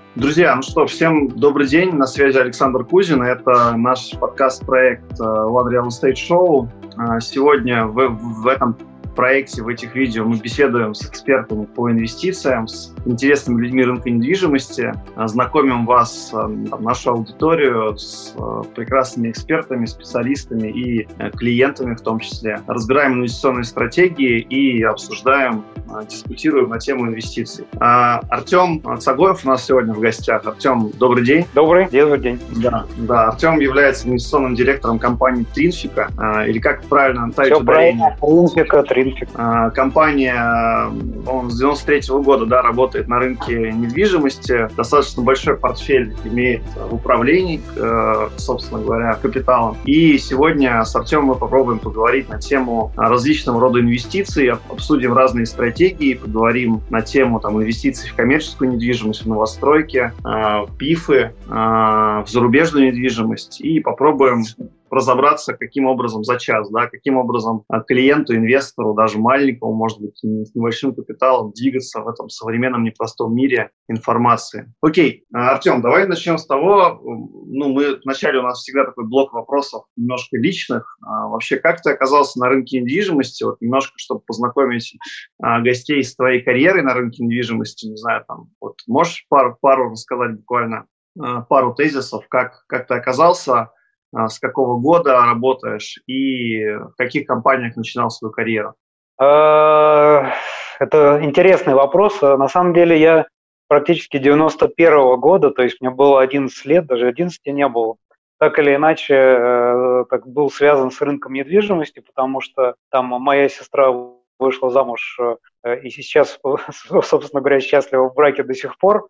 Друзья, ну что, всем добрый день, на связи Александр Кузин, это наш подкаст-проект One Real Estate Show. Сегодня в этом проекте, в этих видео мы беседуем с экспертами по инвестициям, с интересными людьми рынка недвижимости, знакомим вас, нашу аудиторию с прекрасными экспертами, специалистами и клиентами в том числе. Разбираем инвестиционные стратегии и обсуждаем, дискутируем на тему инвестиций. Артем Цагоев у нас сегодня в гостях. Артем, добрый день. Добрый день. Да, Артем является инвестиционным директором компании Тринфика, или как правильно ставить ударение? Тринфика. Компания, с 93 года, работает на рынке недвижимости. Достаточно большой портфель имеет в управлении, собственно говоря, капиталом. И сегодня с Артемом мы попробуем поговорить на тему различного рода инвестиций, обсудим разные стратегии, поговорим на тему инвестиций в коммерческую недвижимость, в новостройки, в ПИФы, в зарубежную недвижимость и попробуем разобраться, каким образом за час, каким образом клиенту, инвестору, даже маленькому, может быть, с небольшим капиталом двигаться в этом современном непростом мире информации. Окей, Артем, давай начнем с того, вначале у нас всегда такой блок вопросов немножко личных. Вообще, как ты оказался на рынке недвижимости? Немножко, чтобы познакомить гостей с твоей карьерой на рынке недвижимости, не знаю, можешь пару рассказать буквально, пару тезисов, как ты оказался, с какого года работаешь и в каких компаниях начинал свою карьеру? Это интересный вопрос. На самом деле я практически 91-го года, то есть мне было 11 лет, даже 11 не было. Так или иначе, был связан с рынком недвижимости, потому что там моя сестра вышла замуж и сейчас, собственно говоря, счастлива в браке до сих пор,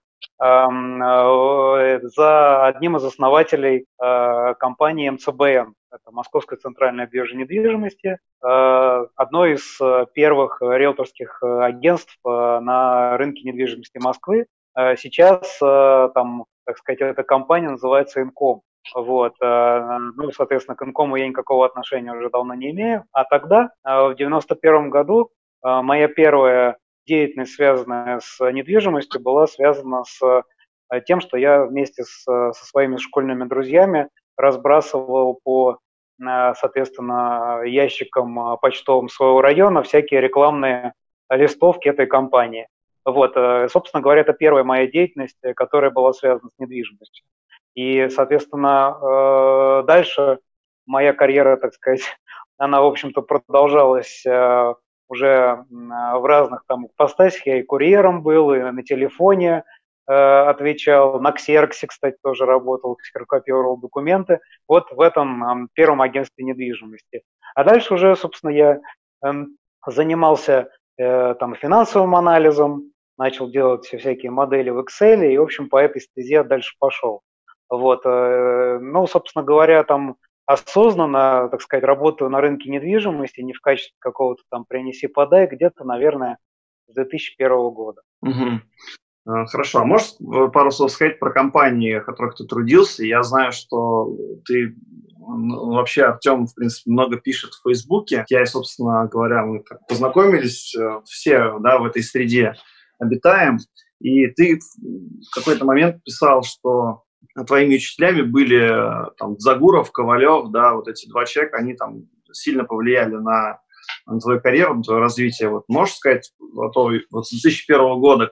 за одним из основателей компании МЦБН, это Московская центральная биржа недвижимости, одно из первых риэлторских агентств на рынке недвижимости Москвы. Сейчас эта компания называется Инком. Соответственно, к Инкому я никакого отношения уже давно не имею. А тогда, в 91 году, моя первая деятельность, связанная с недвижимостью, была связана с тем, что я вместе со своими школьными друзьями разбрасывал по, соответственно, ящикам почтовым своего района всякие рекламные листовки этой компании. Собственно говоря, это первая моя деятельность, которая была связана с недвижимостью. И, соответственно, дальше моя карьера, так сказать, она, в общем-то, продолжалась уже в разных ипостасях. Я и курьером был, и на телефоне отвечал, на Ксероксе, кстати, тоже работал, ксерокопировал документы. В этом первом агентстве недвижимости. А дальше уже, собственно, я занимался финансовым анализом, начал делать всякие модели в Excel, и, в общем, по этой стезе дальше пошел. Собственно говоря, осознанно, так сказать, работаю на рынке недвижимости, не в качестве какого-то принеси-подай, где-то, наверное, с 2001 года. Угу. Хорошо. А можешь пару слов сказать про компании, в которых ты трудился? Я знаю, что ты вообще, Артем, в принципе, много пишет в Фейсбуке. Я, собственно говоря, мы познакомились все, в этой среде обитаем. И ты в какой-то момент писал, что твоими учителями были Загуров, Ковалев, эти два человека, они сильно повлияли на твою карьеру, на твое развитие. Можешь сказать, с 2001 года,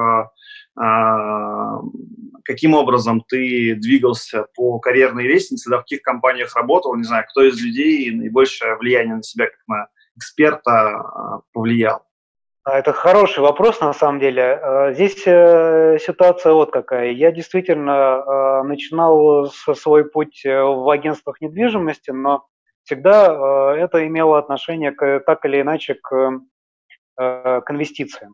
каким образом ты двигался по карьерной лестнице, в каких компаниях работал, не знаю, кто из людей наибольшее влияние на себя как на эксперта повлиял? Это хороший вопрос, на самом деле. Здесь ситуация вот какая. Я действительно начинал свой путь в агентствах недвижимости, но всегда это имело отношение так или иначе к инвестициям.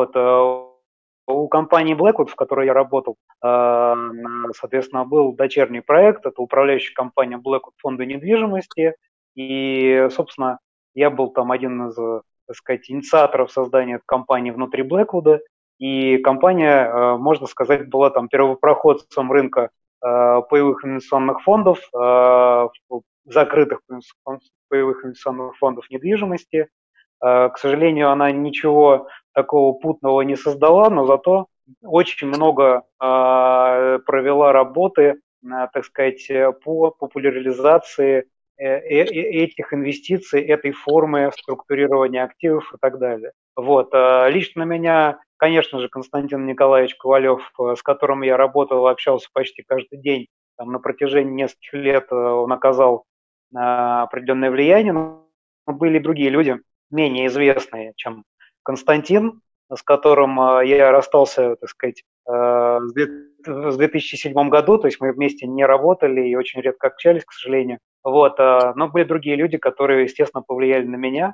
У компании Blackwood, в которой я работал, соответственно, был дочерний проект, это управляющая компания Blackwood фонда недвижимости, и, собственно, я был один из, так сказать, инициаторов создания этой компании внутри Blackwood, и компания, можно сказать, была первопроходцем рынка паевых инвестиционных фондов, закрытых паевых инвестиционных фондов недвижимости. К сожалению, она ничего такого путного не создала, но зато очень много провела работы, так сказать, по популяризации этих инвестиций, этой формы структурирования активов и так далее. Вот. Лично меня, конечно же, Константин Николаевич Ковалев, с которым я работал, общался почти каждый день, там, на протяжении нескольких лет он оказал определенное влияние, но были другие люди, менее известные, чем Константин, с которым я расстался, так сказать, в 2007 году, то есть мы вместе не работали и очень редко общались, к сожалению. Вот, но были другие люди, которые, естественно, повлияли на меня,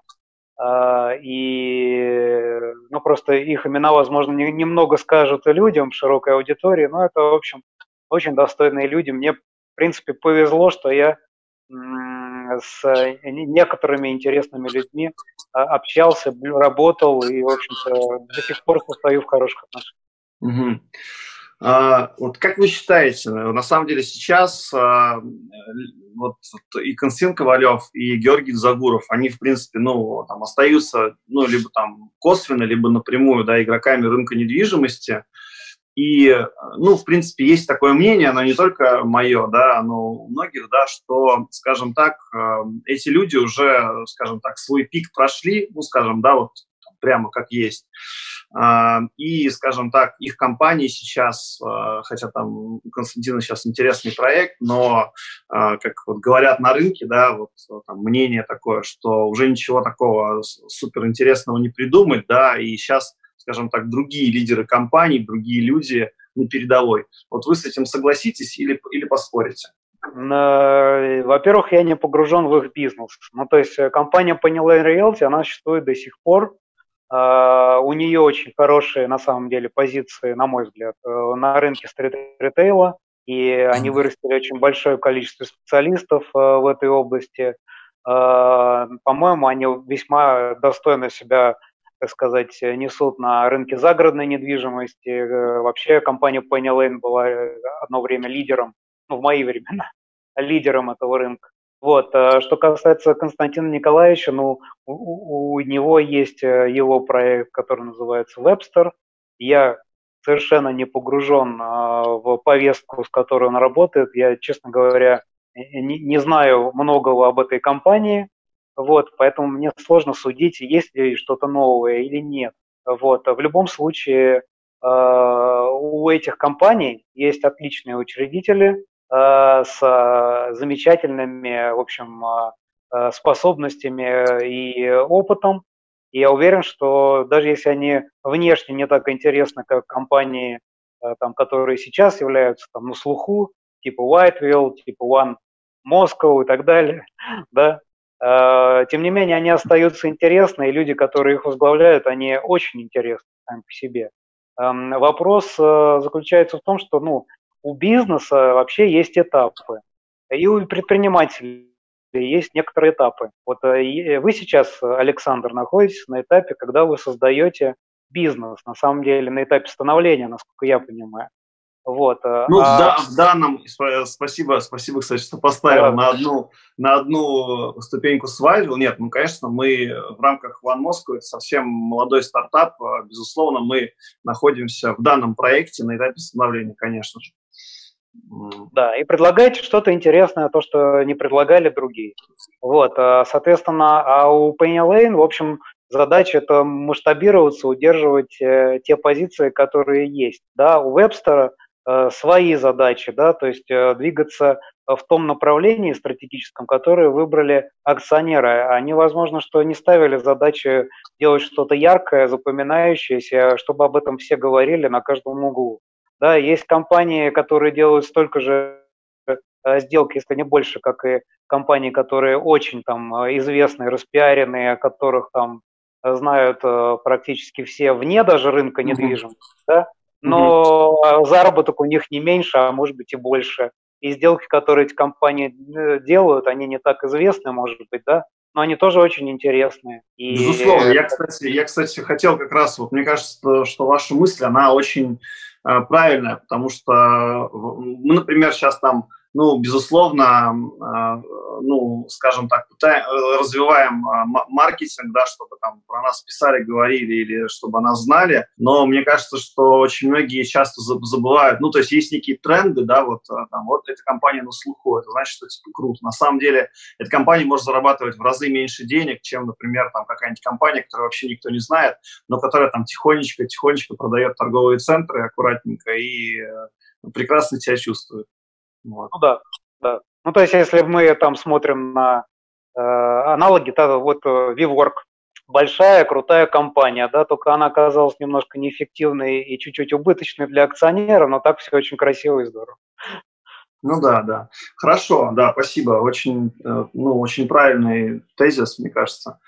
и, ну, просто их имена, возможно, немного скажут людям, широкой аудитории, но это, в общем, очень достойные люди. Мне, в принципе, повезло, что я с некоторыми интересными людьми общался, работал и, в общем-то, до сих пор состою в хороших отношениях. Угу. Вот как вы считаете, на самом деле сейчас вот и Константин Ковалев, и Георгий Дзагуров, они, в принципе, ну, там, остаются, ну, либо там косвенно, либо напрямую, да, игроками рынка недвижимости. И, ну, в принципе, есть такое мнение, оно не только мое, да, оно у многих, да, что, скажем так, эти люди уже, скажем так, свой пик прошли, ну, скажем, да, вот прямо как есть. И, скажем так, их компании сейчас, хотя там у Константина сейчас интересный проект, но, как вот говорят на рынке, да, вот там мнение такое, что уже ничего такого суперинтересного не придумать, да, и сейчас, скажем так, другие лидеры компаний, другие люди на передовой. Вот вы с этим согласитесь или поспорите? Во-первых, я не погружен в их бизнес. Ну, то есть компания Penny Realty, она существует до сих пор. У нее очень хорошие, на самом деле, позиции, на мой взгляд, на рынке стрит-ритейла, и они вырастили очень большое количество специалистов в этой области. По-моему, они весьма достойно себя, так сказать, несут на рынке загородной недвижимости. Вообще компания Penny Lane была одно время лидером, ну, в мои времена, лидером этого рынка. Вот. Что касается Константина Николаевича, ну, у него есть его проект, который называется Webster. Я совершенно не погружен в повестку, с которой он работает. Я, честно говоря, не знаю многого об этой компании, вот, поэтому мне сложно судить, есть ли что-то новое или нет. Вот. В любом случае, у этих компаний есть отличные учредители, с замечательными, в общем, способностями и опытом. И я уверен, что даже если они внешне не так интересны, как компании, там, которые сейчас являются там, на слуху, типа Whitewell, типа One Moscow и так далее, да, тем не менее они остаются интересны, и люди, которые их возглавляют, они очень интересны сами по себе. Вопрос заключается в том, что, ну, у бизнеса вообще есть этапы, и у предпринимателей есть некоторые этапы. Вот вы сейчас, Александр, находитесь на этапе, когда вы создаете бизнес, на самом деле на этапе становления, насколько я понимаю. Вот. Ну, в данном, спасибо, кстати, что поставил на одну ступеньку свадьбу. Нет, ну, конечно, мы в рамках One Moscow, это совсем молодой стартап, безусловно, мы находимся в данном проекте на этапе становления, конечно же. Да, и предлагаете что-то интересное, то, что не предлагали другие. Вот, соответственно, а у Penny Lane, в общем, задача это масштабироваться, удерживать те позиции, которые есть. Да, у Webster свои задачи, да, то есть двигаться в том направлении стратегическом, которое выбрали акционеры. Они, возможно, что не ставили задачи делать что-то яркое, запоминающееся, чтобы об этом все говорили на каждом углу. Да, есть компании, которые делают столько же сделок, если не больше, как и компании, которые очень там известны, распиарены, о которых там знают практически все вне даже рынка недвижимости, да? Но заработок у них не меньше, а может быть и больше. И сделки, которые эти компании делают, они не так известны, может быть, да, но они тоже очень интересные. Безусловно. Я, кстати, хотел как раз, вот мне кажется, что ваша мысль, она очень правильная, потому что мы, например, сейчас там ну, безусловно, ну, скажем так, развиваем маркетинг, да, чтобы там про нас писали, говорили или чтобы о нас знали, но мне кажется, что очень многие часто забывают, ну, то есть есть некие тренды, да, вот, там, вот эта компания на слуху, это значит, что типа круто. На самом деле эта компания может зарабатывать в разы меньше денег, чем, например, там какая-нибудь компания, которую вообще никто не знает, но которая там тихонечко продает торговые центры аккуратненько и прекрасно себя чувствует. Вот. Ну да, да. Ну то есть если мы там смотрим на аналоги, то вот WeWork, большая, крутая компания, да, только она оказалась немножко неэффективной и чуть-чуть убыточной для акционера, но так все очень красиво и здорово. Ну да, да. Хорошо, да, спасибо. Очень, ну, очень правильный тезис, мне кажется.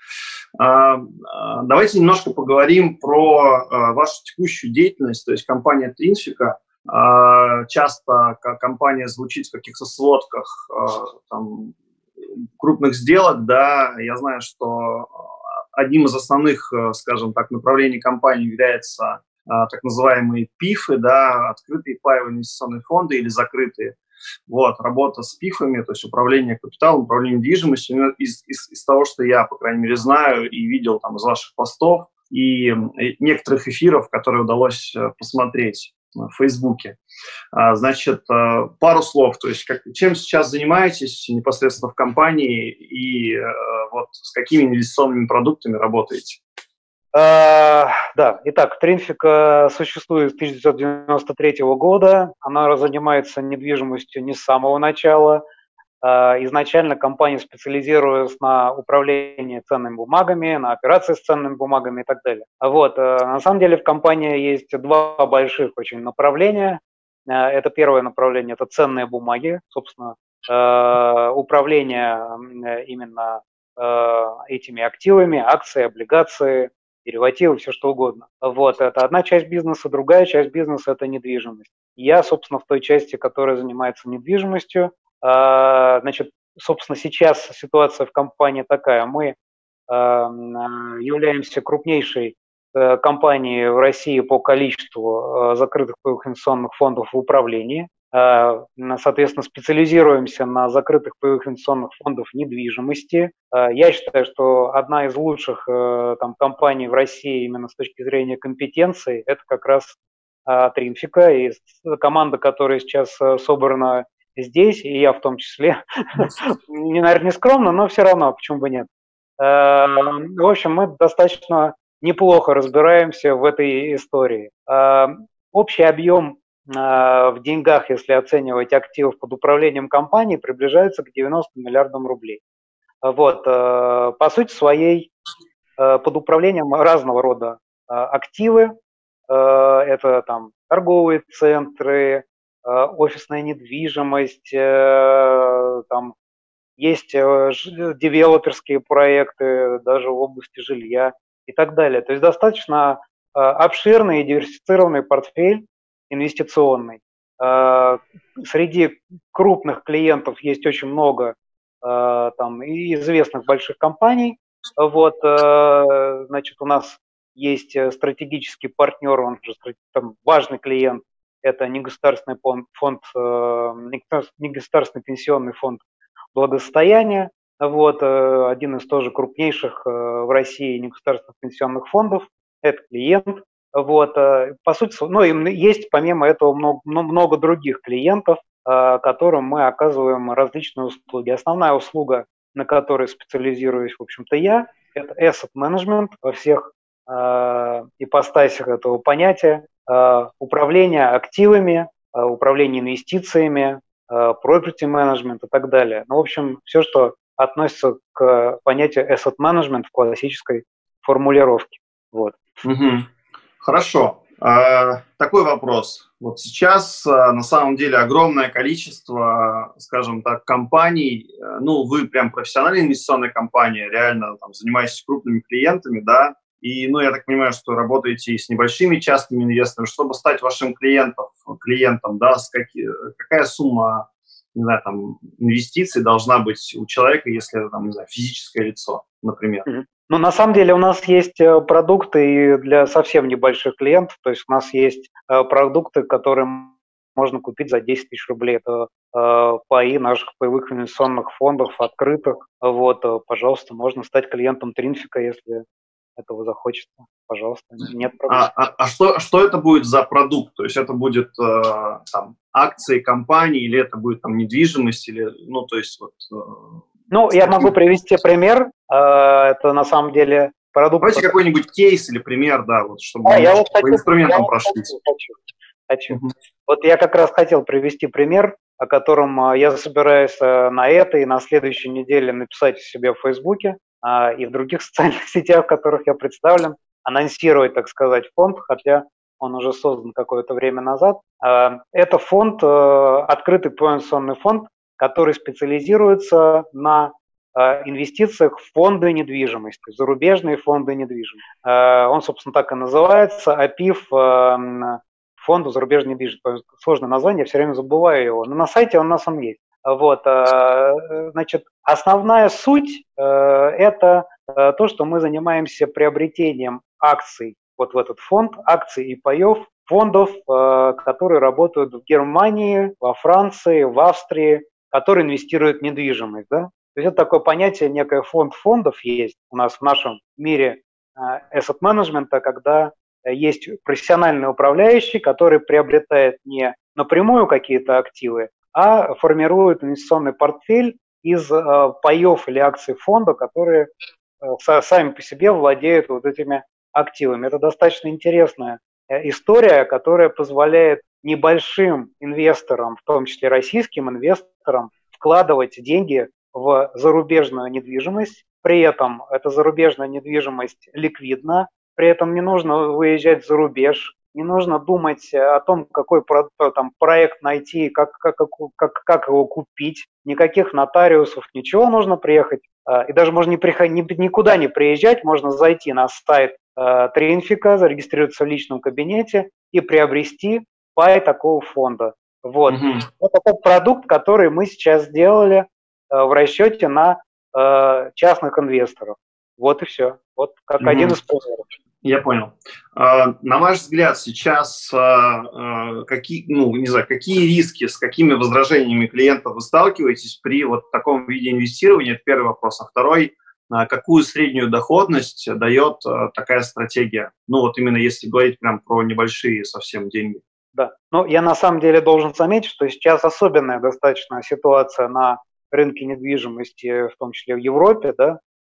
Давайте немножко поговорим про вашу текущую деятельность, то есть компания Trinfica. Часто компания звучит в каких-то сводках там, крупных сделок, да. Я знаю, что одним из основных, скажем так, направлений компании является так называемые ПИФы, да, открытые паевые инвестиционные фонды или закрытые. Вот, работа с ПИФами, то есть управление капиталом, управление недвижимостью, из того, что я, по крайней мере, знаю и видел там из ваших постов и некоторых эфиров, которые удалось посмотреть в Фейсбуке. Значит, пару слов, то есть чем сейчас занимаетесь непосредственно в компании и вот с какими инвестиционными продуктами работаете? Да, итак, Trinfica существует с 1993 года, она занимается недвижимостью не с самого начала. Изначально компания специализировалась на управлении ценными бумагами, на операции с ценными бумагами и так далее. Вот, на самом деле в компании есть два больших очень направления. Это первое направление, это ценные бумаги, собственно, управление именно этими активами, акции, облигации, деривативы, все что угодно. Вот, это одна часть бизнеса, другая часть бизнеса – это недвижимость. Я, собственно, в той части, которая занимается недвижимостью. Значит, собственно, сейчас ситуация в компании такая. Мы являемся крупнейшей компанией в России по количеству закрытых паевых инвестиционных фондов в управлении. Соответственно, специализируемся на закрытых паевых инвестиционных фондов недвижимости. Я считаю, что одна из лучших там, компаний в России именно с точки зрения компетенции – это как раз Trinfica, и команда, которая сейчас собрана здесь, и я в том числе, наверное, не скромно, но все равно, почему бы нет. В общем, мы достаточно неплохо разбираемся в этой истории. Общий объем в деньгах, если оценивать активов под управлением компании, приближается к 90 миллиардам рублей. Вот, по сути своей, под управлением разного рода активы, это там торговые центры, офисная недвижимость, там есть девелоперские проекты даже в области жилья и так далее. То есть достаточно обширный и диверсифицированный портфель инвестиционный. Среди крупных клиентов есть очень много там и известных больших компаний. Вот, значит, у нас есть стратегический партнер, он же там, важный клиент, это негосударственный фонд, негосударственный пенсионный фонд благосостояния, вот, один из тоже крупнейших в России негосударственных пенсионных фондов, это клиент, вот, по сути, ну, и есть помимо этого много других клиентов, которым мы оказываем различные услуги. Основная услуга, на которой специализируюсь, в общем-то, я, это asset management во всех ипостасях этого понятия, управление активами, управление инвестициями, property management и так далее. Ну, в общем, все, что относится к понятию asset management в классической формулировке. Вот. Угу. Хорошо. Такой вопрос. Вот сейчас на самом деле огромное количество, скажем так, компаний, ну, вы прям профессиональная инвестиционная компания, реально там, занимаетесь крупными клиентами, да, и, ну, я так понимаю, что работаете и с небольшими частными инвесторами, чтобы стать вашим клиентом, да, какая сумма, не знаю, там, инвестиций должна быть у человека, если это, там, не знаю, физическое лицо, например. Ну, на самом деле у нас есть продукты и для совсем небольших клиентов, то есть у нас есть продукты, которые можно купить за 10 тысяч рублей. Это паи наших паевых инвестиционных фондов открытых. Вот, пожалуйста, можно стать клиентом Тринфика, если этого захочется. Пожалуйста, нет проблем. Что это будет за продукт? То есть это будет там, акции компании, или это будет там недвижимость, или, ну, то есть вот... я могу привести пример. Это на самом деле продукт... Давайте какой-нибудь кейс или пример, да, вот, чтобы по инструментам прошлись. Хочу. Вот я как раз хотел привести пример, о котором я собираюсь на этой и на следующей неделе написать себе в Фейсбуке и в других социальных сетях, в которых я представлен, анонсировать, так сказать, фонд, хотя он уже создан какое-то время назад. Это фонд, открытый инвестиционный фонд, который специализируется на инвестициях в фонды недвижимости, зарубежные фонды недвижимости. Он, собственно, так и называется, АПИФ, фонду зарубежной недвижимости. Сложное название, я все время забываю его, но на сайте он у нас есть. Вот, значит, основная суть это то, что мы занимаемся приобретением акций вот в этот фонд, акций и паев фондов, которые работают в Германии, во Франции, в Австрии, которые инвестируют в недвижимость. Да? То есть это такое понятие, некое фонд фондов есть у нас в нашем мире asset management, когда есть профессиональный управляющий, который приобретает не напрямую какие-то активы, а формирует инвестиционный портфель из паев или акций фонда, которые сами по себе владеют вот этими активами. Это достаточно интересная история, которая позволяет небольшим инвесторам, в том числе российским инвесторам, вкладывать деньги в зарубежную недвижимость. При этом эта зарубежная недвижимость ликвидна, при этом не нужно выезжать за рубеж, не нужно думать о том, какой там проект найти, как его купить, никаких нотариусов, ничего, нужно приехать. И даже можно никуда не приезжать, можно зайти на сайт Тринфика, зарегистрироваться в личном кабинете и приобрести пай такого фонда. Вот. Вот такой продукт, который мы сейчас сделали в расчете на частных инвесторов. Вот и все. Вот как один из примеров. Я понял. На ваш взгляд, сейчас какие риски, с какими возражениями клиентов вы сталкиваетесь при вот таком виде инвестирования? Это первый вопрос. А второй, какую среднюю доходность дает такая стратегия? Ну вот именно если говорить прям про небольшие совсем деньги. Да. Я на самом деле должен заметить, что сейчас особенная достаточно ситуация на рынке недвижимости, в том числе в Европе, да.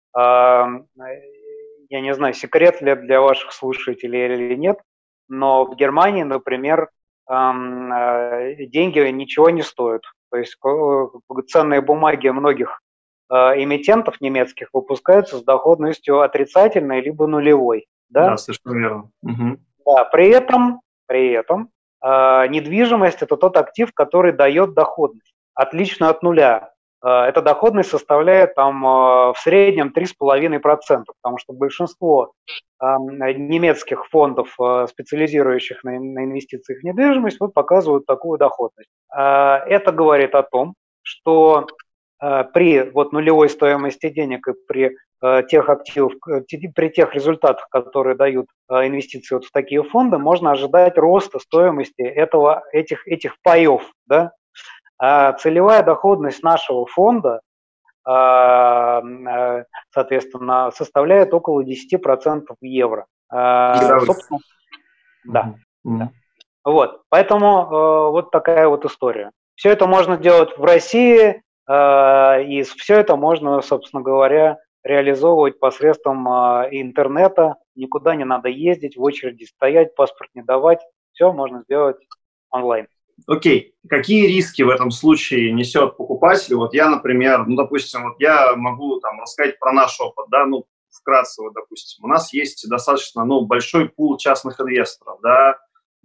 Я не знаю, секрет ли для ваших слушателей или нет, но в Германии, например, деньги ничего не стоят. То есть ценные бумаги многих эмитентов немецких выпускаются с доходностью отрицательной либо нулевой. Да, да, совершенно верно. Да, при этом недвижимость – это тот актив, который дает доходность, отлично от нуля. Эта доходность составляет там в среднем 3,5%, потому что большинство немецких фондов, специализирующих на инвестициях в недвижимость, показывают такую доходность. Это говорит о том, что при нулевой стоимости денег и при тех активах, при тех результатах, которые дают инвестиции в такие фонды, можно ожидать роста стоимости этих паев, да? Целевая доходность нашего фонда, соответственно, составляет около 10% в евро. Собственно, да. Вот. Поэтому вот такая вот история. Все это можно делать в России, и все это можно, собственно говоря, реализовывать посредством интернета. Никуда не надо ездить, в очереди стоять, паспорт не давать. Все можно сделать онлайн. Окей. Какие риски в этом случае несет покупатель? Вот я, например, допустим, я могу рассказать про наш опыт, да, вкратце, допустим. У нас есть достаточно, большой пул частных инвесторов, да,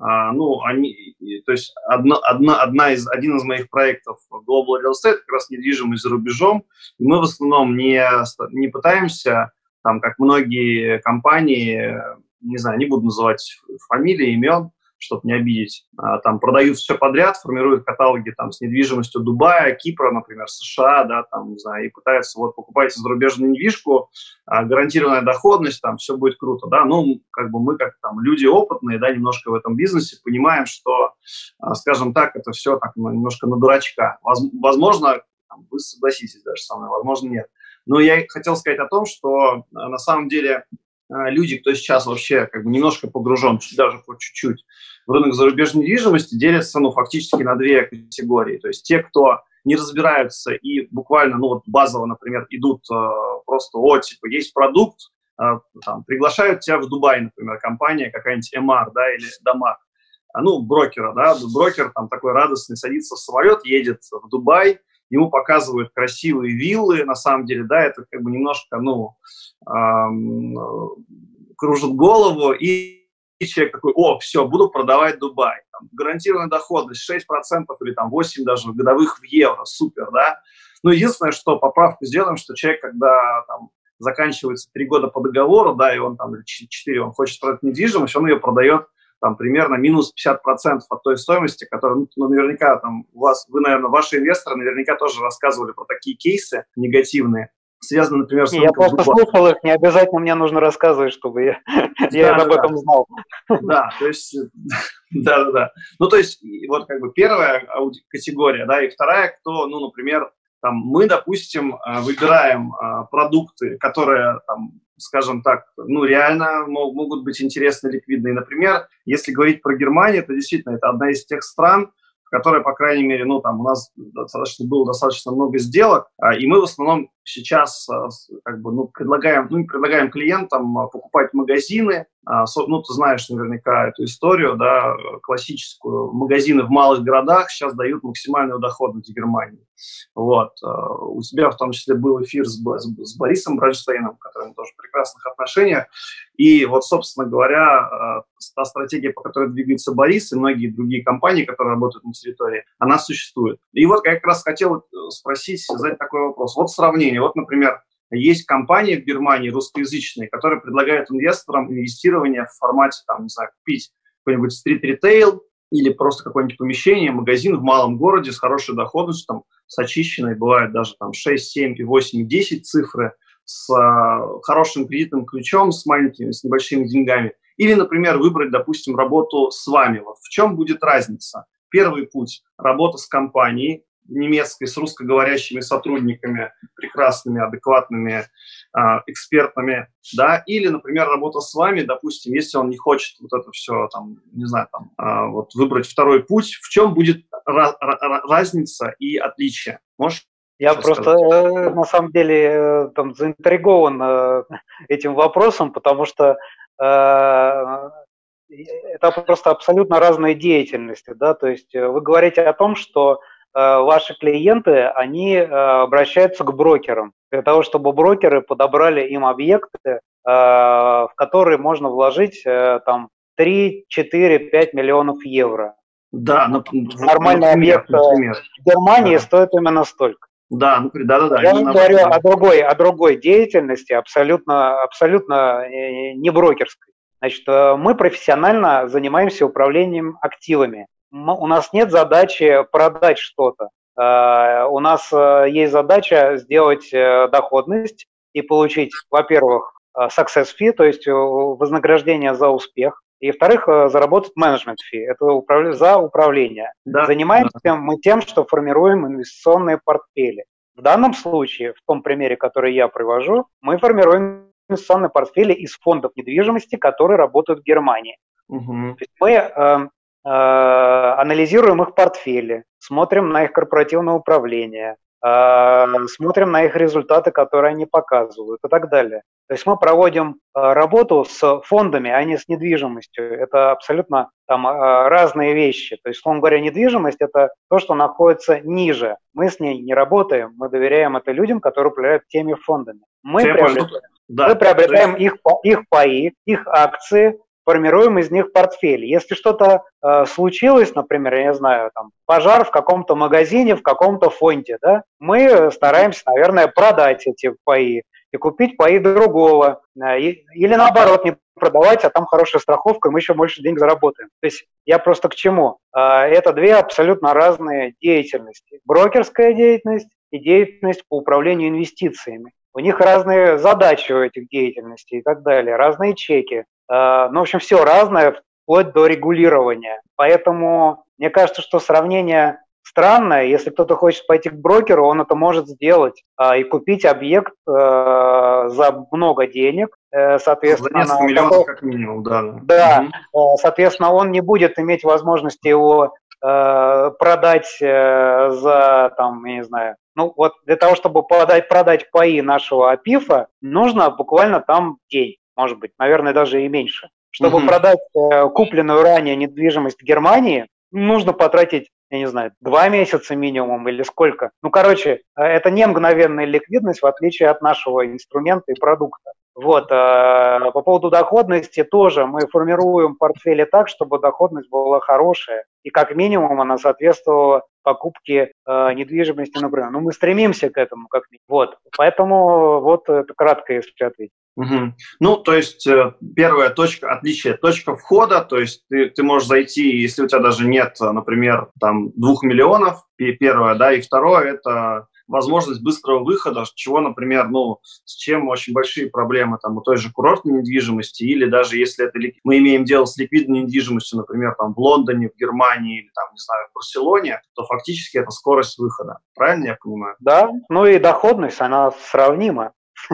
то есть один из моих проектов Global Real Estate, как раз недвижимость за рубежом, и мы в основном не пытаемся, как многие компании, не знаю, не буду называть фамилии, имен, чтобы не обидеть, продают все подряд, формируют каталоги с недвижимостью Дубая, Кипра, например, США, да, не знаю, и пытаются покупайте зарубежную недвижку, гарантированная доходность, все будет круто, да, мы как люди опытные, да, немножко в этом бизнесе, понимаем, что скажем так, это все так немножко на дурачка. Возможно, вы согласитесь даже со мной, возможно, нет. Но я хотел сказать о том, что на самом деле люди, кто сейчас вообще как бы немножко погружен, даже по чуть-чуть, в рынок зарубежной недвижимости, делятся, фактически на две категории. То есть те, кто не разбираются и буквально, базово, например, идут просто, есть продукт, приглашают тебя в Дубай, например, компания какая-нибудь MR, да, или Дамаг, брокера, да, брокер там такой радостный садится в самолет, едет в Дубай, ему показывают красивые виллы, на самом деле, да, это как бы немножко, кружит голову, и человек такой, все, буду продавать Дубай. Гарантированная доходность 6% или 8% даже годовых в евро, супер, да. Единственное, что поправку сделаем, что человек, когда заканчивается 3 года по договору, да, и он 4, он хочет продать недвижимость, он ее продает примерно минус 50% от той стоимости, которую, наверняка вы, наверное, ваши инвесторы наверняка тоже рассказывали про такие кейсы негативные, связаны, например, с... Я просто слушал их, не обязательно мне нужно рассказывать, чтобы я об этом знал. Да, то есть, да. То есть, вот как бы первая категория, да, и вторая, кто, например, мы, допустим, выбираем продукты, которые, скажем так, реально могут быть интересны, ликвидны. Например, если говорить про Германию, то действительно это одна из тех стран, в которой, по крайней мере, у нас было достаточно много сделок, и мы в основном сейчас предлагаем клиентам покупать магазины. Ты знаешь наверняка эту историю, да, классическую. Магазины в малых городах сейчас дают максимальную доходность в Германии. Вот. У тебя в том числе был эфир с Борисом Бронштейном, который тоже в прекрасных отношениях. И вот, собственно говоря, та стратегия, по которой двигается Борис и многие другие компании, которые работают на территории, она существует. И вот я как раз хотел задать такой вопрос. Вот сравнение. Вот, например, есть компании в Германии русскоязычные, которые предлагают инвесторам инвестирование в формате, купить какой-нибудь стрит-ритейл или просто какое-нибудь помещение, магазин в малом городе с хорошей доходностью, с очищенной, бывает даже 6, 7, 8, 10 цифры, с хорошим кредитным ключом, с небольшими деньгами. Или, например, выбрать, допустим, работу с вами. Вот в чем будет разница? Первый путь – работа с компанией немецкой, с русскоговорящими сотрудниками, прекрасными, адекватными, экспертными, да, или, например, работа с вами, допустим, если он не хочет вот это все, выбрать второй путь, в чем будет разница и отличие? Можешь? Я просто, на самом деле, заинтригован этим вопросом, потому что это просто абсолютно разные деятельности, да, то есть вы говорите о том, что ваши клиенты, они обращаются к брокерам для того, чтобы брокеры подобрали им объекты, в которые можно вложить 3, 4, 5 миллионов евро. Да, нормальный объект в Германии стоит именно столько. Да, да. Я говорю о другой деятельности, абсолютно не брокерской. Значит, мы профессионально занимаемся управлением активами. У нас нет задачи продать что-то. У нас есть задача сделать доходность и получить, во-первых, success fee, то есть вознаграждение за успех, и, во-вторых, заработать management fee, это за управление. Да, занимаемся мы тем, что формируем инвестиционные портфели. В данном случае, в том примере, который я привожу, мы формируем инвестиционные портфели из фондов недвижимости, которые работают в Германии. То есть мы анализируем их портфели, смотрим на их корпоративное управление, смотрим на их результаты, которые они показывают и так далее. То есть мы проводим работу с фондами, а не с недвижимостью. Это абсолютно разные вещи. То есть, условно говоря, недвижимость – это то, что находится ниже. Мы с ней не работаем, мы доверяем это людям, которые управляют теми фондами. Мы приобретаем их паи, их акции, формируем из них портфель. Если что-то случилось, например, я не знаю, пожар в каком-то магазине, в каком-то фонде, да, мы стараемся, наверное, продать эти паи и купить паи другого. Или наоборот, не продавать, а там хорошая страховка, и мы еще больше денег заработаем. То есть я просто к чему? Это две абсолютно разные деятельности. Брокерская деятельность и деятельность по управлению инвестициями. У них разные задачи у этих деятельностей и так далее, разные чеки. В общем, все разное, вплоть до регулирования. Поэтому Мне кажется, что сравнение странное. Если кто-то хочет пойти к брокеру, он это может сделать и купить объект за много денег, За соответственно, несколько миллионов как минимум, да. да, соответственно, он не будет иметь возможности его продать за, там, я не знаю, ну вот для того, чтобы продать паи нашего АПИФа, нужно буквально там день, может быть, наверное, даже и меньше. Чтобы продать купленную ранее недвижимость в Германии, нужно потратить, я не знаю, 2 месяца минимум или сколько. Ну, короче, это не мгновенная ликвидность, в отличие от нашего инструмента и продукта. Вот, по поводу доходности тоже мы формируем портфели так, чтобы доходность была хорошая, и как минимум она соответствовала покупке недвижимости, например. Ну, мы стремимся к этому как минимум. Вот, поэтому вот это кратко, если ответить. Ну, то есть первая точка отличия, точка входа, то есть ты можешь зайти, если у тебя даже нет, например, там 2 миллионов, первое, да, и второе – это возможность быстрого выхода, чего, например, ну, с чем очень большие проблемы там у той же курортной недвижимости, или даже если это мы имеем дело с ликвидной недвижимостью, например, там в Лондоне, в Германии или там, не знаю, в Барселоне, то фактически это скорость выхода. Правильно я понимаю? Да, ну и доходность, она сравнима.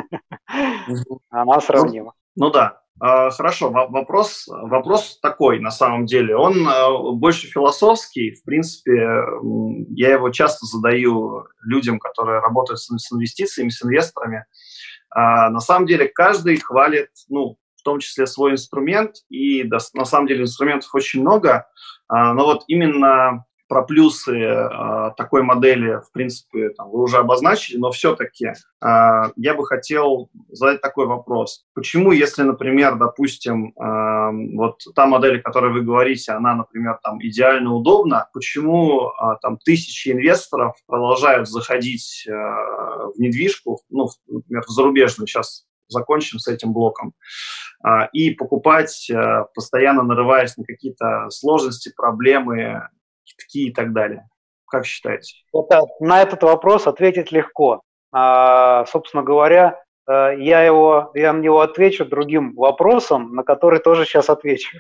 Она сравнима. Ну да. Хорошо, вопрос такой, на самом деле. Он больше философский. В принципе, я его часто задаю людям, которые работают с инвестициями, с инвесторами. На самом деле, каждый хвалит, ну, в том числе свой инструмент, и на самом деле инструментов очень много. Но вот именно про плюсы такой модели, в принципе, там, вы уже обозначили, но все-таки я бы хотел задать такой вопрос. Почему, если, например, допустим, вот та модель, о которой вы говорите, она, например, там идеально удобна, почему там тысячи инвесторов продолжают заходить в недвижку, ну, например, в зарубежную, сейчас закончим с этим блоком, и покупать, постоянно нарываясь на какие-то сложности, проблемы, такие и так далее. Как считаете? На этот вопрос ответить легко. Собственно говоря, я на него отвечу другим вопросом, на который тоже сейчас отвечу.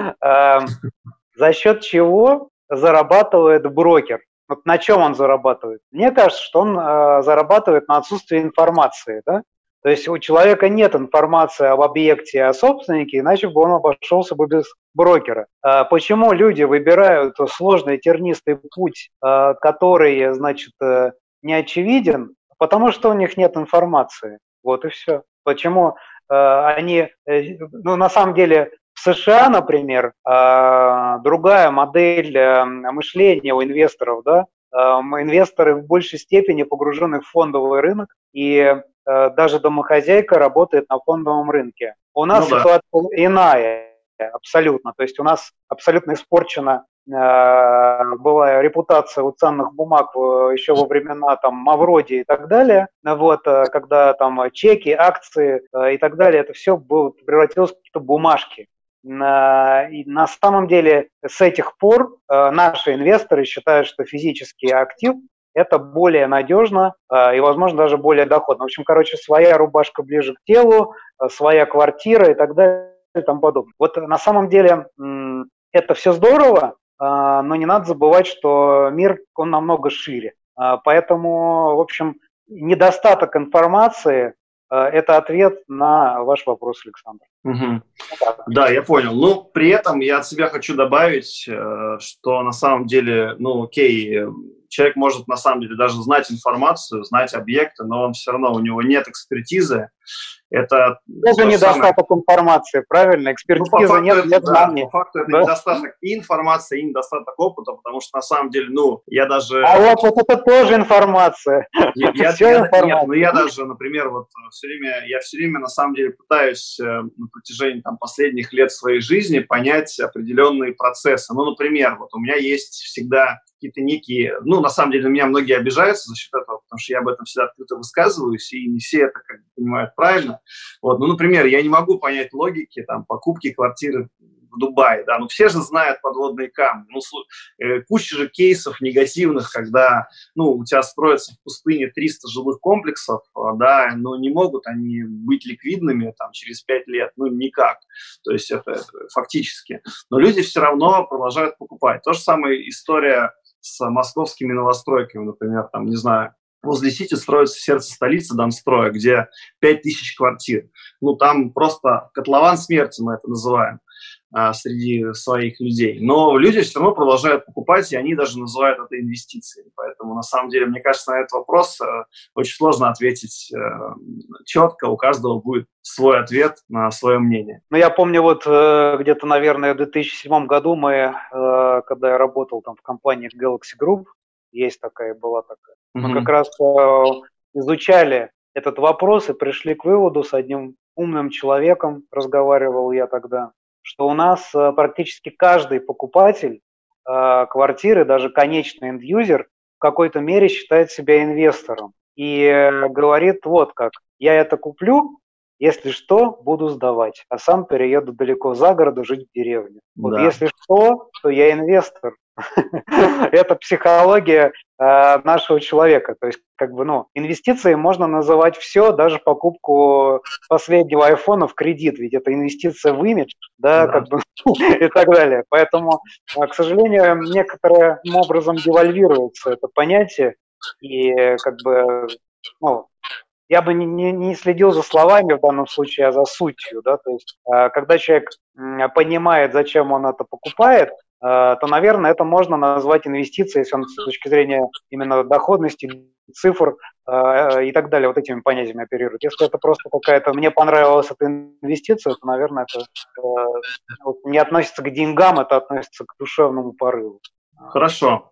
За счет чего зарабатывает брокер? Вот на чем он зарабатывает? Мне кажется, что он зарабатывает на отсутствии информации, да? То есть у человека нет информации об объекте, о собственнике, иначе бы он обошелся бы без брокера. Почему люди выбирают сложный тернистый путь, который, значит, не очевиден? Потому что у них нет информации. Вот и все. Почему они, ну, на самом деле, в США, например, другая модель мышления у инвесторов, да? Инвесторы в большей степени погружены в фондовый рынок, и даже домохозяйка работает на фондовом рынке. У нас ситуация иная абсолютно. То есть у нас абсолютно испорчена была репутация у ценных бумаг еще во времена там Мавроди и так далее. Вот, когда там чеки, акции и так далее, это все превратилось в какие-то бумажки. И на самом деле с этих пор наши инвесторы считают, что физический актив это более надежно и, возможно, даже более доходно. В общем, короче, своя рубашка ближе к телу, своя квартира и так далее и тому подобное. Вот на самом деле это все здорово, но не надо забывать, что мир, он намного шире. Поэтому, в общем, недостаток информации – это ответ на ваш вопрос, Александр. Угу. Да, я понял. Ну, при этом я от себя хочу добавить, что на самом деле, ну, окей, человек может на самом деле даже знать информацию, знать объекты, но он все равно, у него нет экспертизы. Это тоже недостаток информации, правильно? Экспертизы нет знаний. По факту это недостаток и информации, и недостаток опыта, потому что на самом деле, ну, я даже... А вот это тоже информация. Я даже, например, вот я все время на самом деле пытаюсь на протяжении там последних лет своей жизни понять определенные процессы. Ну, например, вот у меня есть всегда какие-то некие... Ну, на самом деле, на меня многие обижаются за счет этого, потому что я об этом всегда открыто высказываюсь, и не все это как бы понимают правильно. Вот, ну, например, я не могу понять логики там, покупки квартиры в Дубае, да, ну все же знают подводные камни, ну куча же кейсов негативных, когда, ну, у тебя строится в пустыне 300 жилых комплексов, да, но не могут они быть ликвидными там через 5 лет, ну никак, то есть это фактически, но люди все равно продолжают покупать. То же самое история с московскими новостройками, например, там, не знаю, возле Сити строится сердце столицы Донстроя, где 5000 квартир. Ну, там просто котлован смерти, мы это называем, среди своих людей. Но люди все равно продолжают покупать, и они даже называют это инвестициями. Поэтому, на самом деле, мне кажется, на этот вопрос очень сложно ответить четко. У каждого будет свой ответ на свое мнение. Ну, я помню, вот где-то, наверное, в 2007 году мы, когда я работал там в компании Galaxy Group, была такая, мы как раз изучали этот вопрос и пришли к выводу с одним умным человеком, разговаривал я тогда, что у нас практически каждый покупатель квартиры, даже конечный энд-юзер, в какой-то мере считает себя инвестором. И говорит вот как: я это куплю, если что, буду сдавать, а сам перееду далеко за город жить в деревню. Вот да. Если что, то я инвестор. Это психология нашего человека. То есть, как бы, ну, инвестицией можно называть все, даже покупку последнего айфона в кредит, ведь это инвестиция в имидж, да, как бы, и так далее. Поэтому, к сожалению, некоторым образом девальвируется это понятие, и как бы, ну, я бы не следил за словами в данном случае, а за сутью, да, то есть, когда человек понимает, зачем он это покупает, то, наверное, это можно назвать инвестицией, если он с точки зрения именно доходности, цифр и так далее, вот этими понятиями оперирует. Если это просто какая-то, мне понравилась эта инвестиция, то, наверное, это не относится к деньгам, это относится к душевному порыву. Хорошо.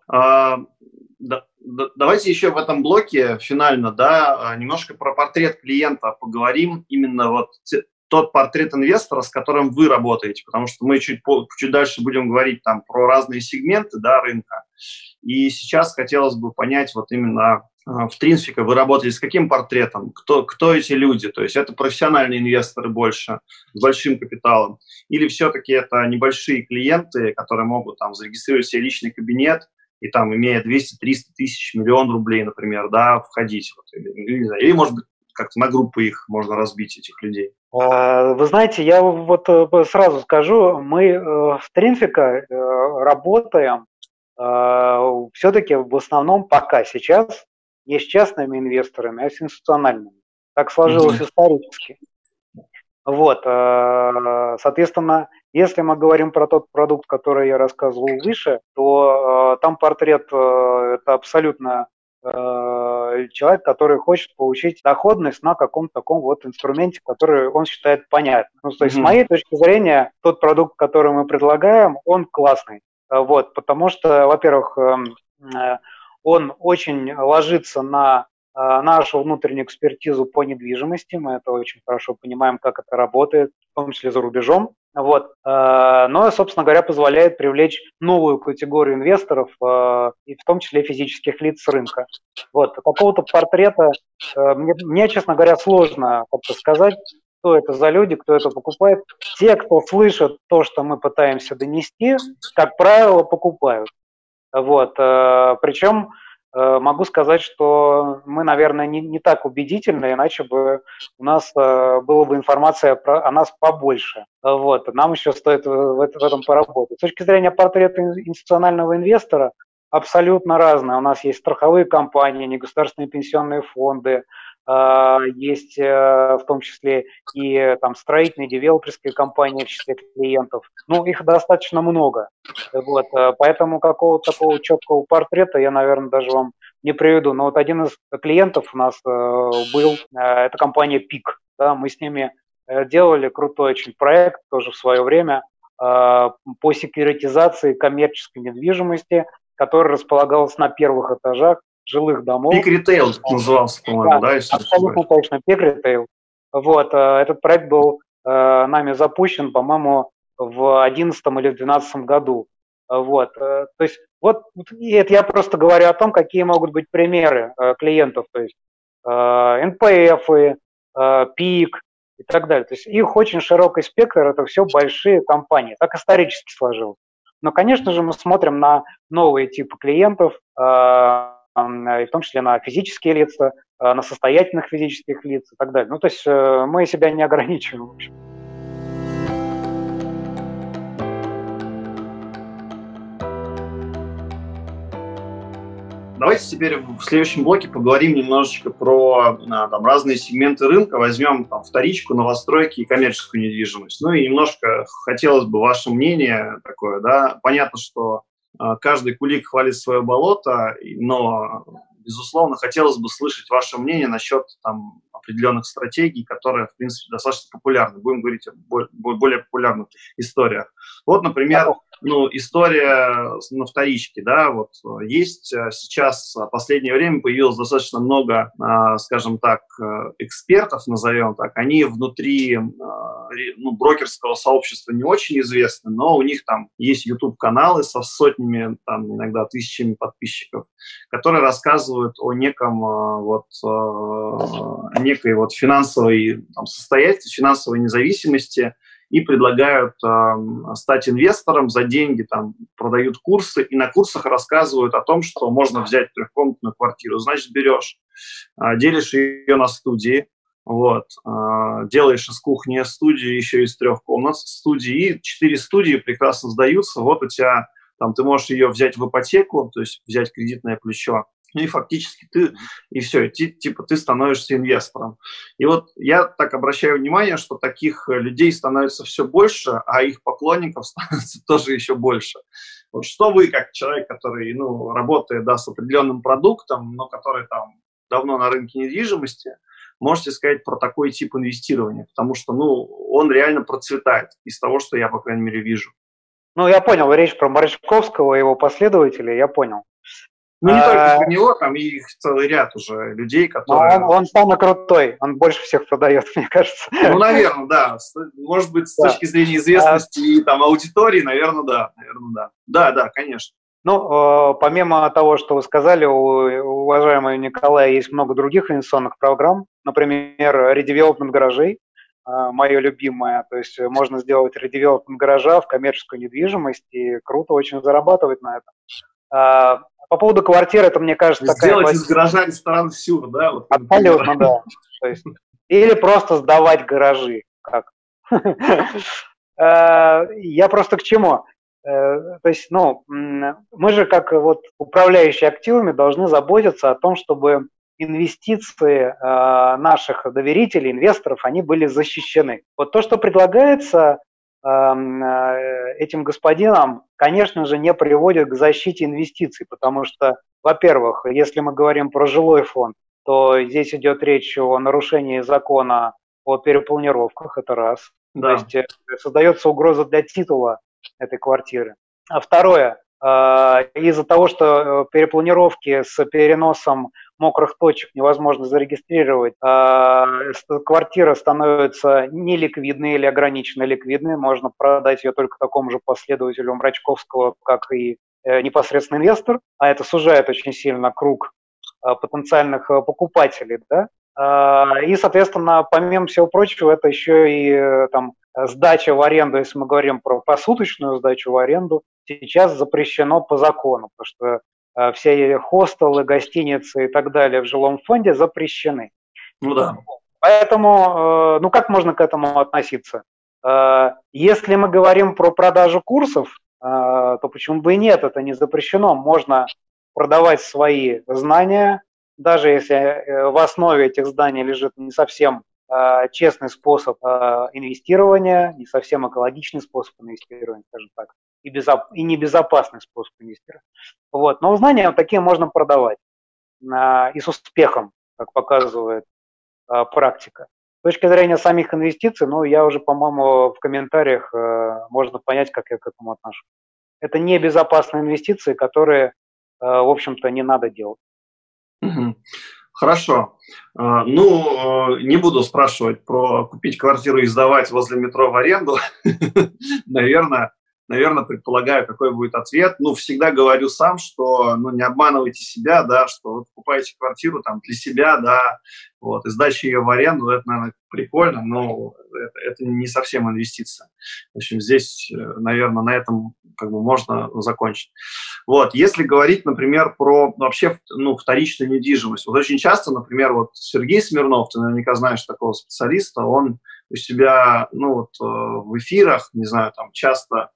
Давайте еще в этом блоке финально, да, немножко про портрет клиента поговорим, именно вот тот портрет инвестора, с которым вы работаете, потому что мы чуть дальше будем говорить там про разные сегменты, да, рынка. И сейчас хотелось бы понять вот именно в Trinsic вы работаете с каким портретом, кто эти люди, то есть это профессиональные инвесторы больше, с большим капиталом, или все-таки это небольшие клиенты, которые могут там зарегистрировать себе личный кабинет и там, имея 200-300 тысяч, миллион рублей, например, да, входить, вот, или может быть, как-то на группы их можно разбить, этих людей? Вы знаете, я вот сразу скажу, мы в Trinsic работаем все-таки в основном пока сейчас не с частными инвесторами, а с институциональными. Так сложилось исторически. Вот, соответственно, если мы говорим про тот продукт, который я рассказывал выше, то там портрет это абсолютно человек, который хочет получить доходность на каком-то таком вот инструменте, который он считает понятным. Ну, то есть, с моей точки зрения, тот продукт, который мы предлагаем, он классный. Вот, потому что, во-первых, он очень ложится на нашу внутреннюю экспертизу по недвижимости. Мы это очень хорошо понимаем, как это работает, в том числе за рубежом. Вот. Но, собственно говоря, позволяет привлечь новую категорию инвесторов, и в том числе физических лиц с рынка. Вот. Какого-то портрета мне, честно говоря, сложно как-то сказать, кто это за люди, кто это покупает. Те, кто слышат то, что мы пытаемся донести, как правило, покупают. Вот. Причем могу сказать, что мы, наверное, не так убедительны, иначе бы у нас была бы информация о нас побольше. Вот. Нам еще стоит в этом поработать. С точки зрения портрета институционального инвестора абсолютно разное. У нас есть страховые компании, негосударственные пенсионные фонды, есть в том числе и там строительные, девелоперские компании в числе клиентов. Ну, их достаточно много. Вот, поэтому какого-то такого четкого портрета я, наверное, даже вам не приведу. Но вот один из клиентов у нас был, это компания ПИК. Да, мы с ними делали крутой очень проект тоже в свое время по секьюритизации коммерческой недвижимости, который располагался на первых этажах жилых домов. Пик Ритейл назывался, по-моему, да? Абсолютно точно, Пик Ритейл. Вот, этот проект был нами запущен, по-моему, в 2011 или 2012 году. Вот, то есть, вот, и это я просто говорю о том, какие могут быть примеры клиентов, то есть НПФ, ПИК, и так далее. То есть их очень широкий спектр, это все большие компании. Так исторически сложилось. Но, конечно же, мы смотрим на новые типы клиентов, и в том числе на физические лица, на состоятельных физических лиц и так далее. Ну, то есть мы себя не ограничиваем, в общем. Давайте теперь в следующем блоке поговорим немножечко про там, разные сегменты рынка. Возьмем там, вторичку, новостройки и коммерческую недвижимость. Ну и немножко хотелось бы ваше мнение такое, да. Понятно, что каждый кулик хвалит свое болото, но, безусловно, хотелось бы слышать ваше мнение насчет там, определенных стратегий, которые, в принципе, достаточно популярны. Будем говорить о более популярных историях. Вот, например, история на вторичке, да, вот есть сейчас в последнее время появилось достаточно много, скажем так, экспертов, назовем так, они внутри брокерского сообщества не очень известны, но у них там есть YouTube-каналы со сотнями, там иногда тысячами подписчиков, которые рассказывают о неком некой финансовой состоятельности, финансовой независимости, и предлагают стать инвестором за деньги, там, продают курсы, и на курсах рассказывают о том, что можно взять трехкомнатную квартиру. Значит, берешь, делишь ее на студии, делаешь из кухни студию, еще из 3 комнат студии, и 4 студии прекрасно сдаются. Вот у тебя, там, ты можешь ее взять в ипотеку, то есть взять кредитное плечо, и фактически ты становишься инвестором. И вот я так обращаю внимание, что таких людей становится все больше, а их поклонников становится тоже еще больше. Вот что вы, как человек, который работает с определенным продуктом, но который там давно на рынке недвижимости, можете сказать про такой тип инвестирования? Потому что он реально процветает из того, что я, по крайней мере, вижу. Я понял, речь про Марачковского и его последователей, я понял. Не только про него, там их целый ряд уже людей, которые... Он самый крутой, он больше всех продает, мне кажется. Наверное, да. Может быть, с точки зрения известности и там аудитории, наверное, да. Да, конечно. Помимо того, что вы сказали, у уважаемого Николая есть много других инвестиционных программ, например, редевелопмент гаражей, мое любимое, то есть можно сделать редевелопмент гаража в коммерческую недвижимость и круто очень зарабатывать на этом. По поводу квартир, это, мне кажется, сделать из гаража ресторан «Сюр», да? Абсолютно, да. То есть, или просто сдавать гаражи. Как? Я просто к чему? То есть, мы же, как управляющие активами, должны заботиться о том, чтобы инвестиции наших доверителей, инвесторов, они были защищены. Вот то, что предлагается этим господинам, конечно же, не приводит к защите инвестиций, потому что, во-первых, если мы говорим про жилой фонд, то здесь идет речь о нарушении закона о перепланировках, это раз. Да. То есть создается угроза для титула этой квартиры. А второе, из-за того, что перепланировки с переносом мокрых точек невозможно зарегистрировать, квартира становится неликвидной или ограниченно ликвидной, можно продать ее только такому же последователю Мрачковского, как и непосредственно инвестор, а это сужает очень сильно круг потенциальных покупателей, да? И, соответственно, помимо всего прочего, это еще и сдача в аренду, если мы говорим про посуточную сдачу в аренду, сейчас запрещено по закону, потому что все хостелы, гостиницы и так далее в жилом фонде запрещены. Да. Поэтому, как можно к этому относиться? Если мы говорим про продажу курсов, то почему бы и нет, это не запрещено. Можно продавать свои знания, даже если в основе этих знаний лежит не совсем честный способ инвестирования, не совсем экологичный способ инвестирования, скажем так, и небезопасный способ инвестирования. Но знания такие можно продавать и с успехом, как показывает практика. С точки зрения самих инвестиций, я уже, по-моему, в комментариях можно понять, как я к этому отношусь. Это небезопасные инвестиции, которые, в общем-то, не надо делать. Хорошо. Не буду спрашивать про купить квартиру и сдавать возле метро в аренду. Наверное, наверное, предполагаю, какой будет ответ. Ну, всегда говорю сам, что, ну, не обманывайте себя, да, что вы покупаете квартиру там для себя, да, вот, и сдача ее в аренду, это, наверное, прикольно, но это не совсем инвестиция. В общем, здесь, наверное, на этом как бы можно закончить. Вот, если говорить, например, про вообще, ну, вторичную недвижимость. Вот очень часто, например, вот Сергей Смирнов, ты наверняка знаешь такого специалиста, он у себя, ну, вот в эфирах, не знаю, там часто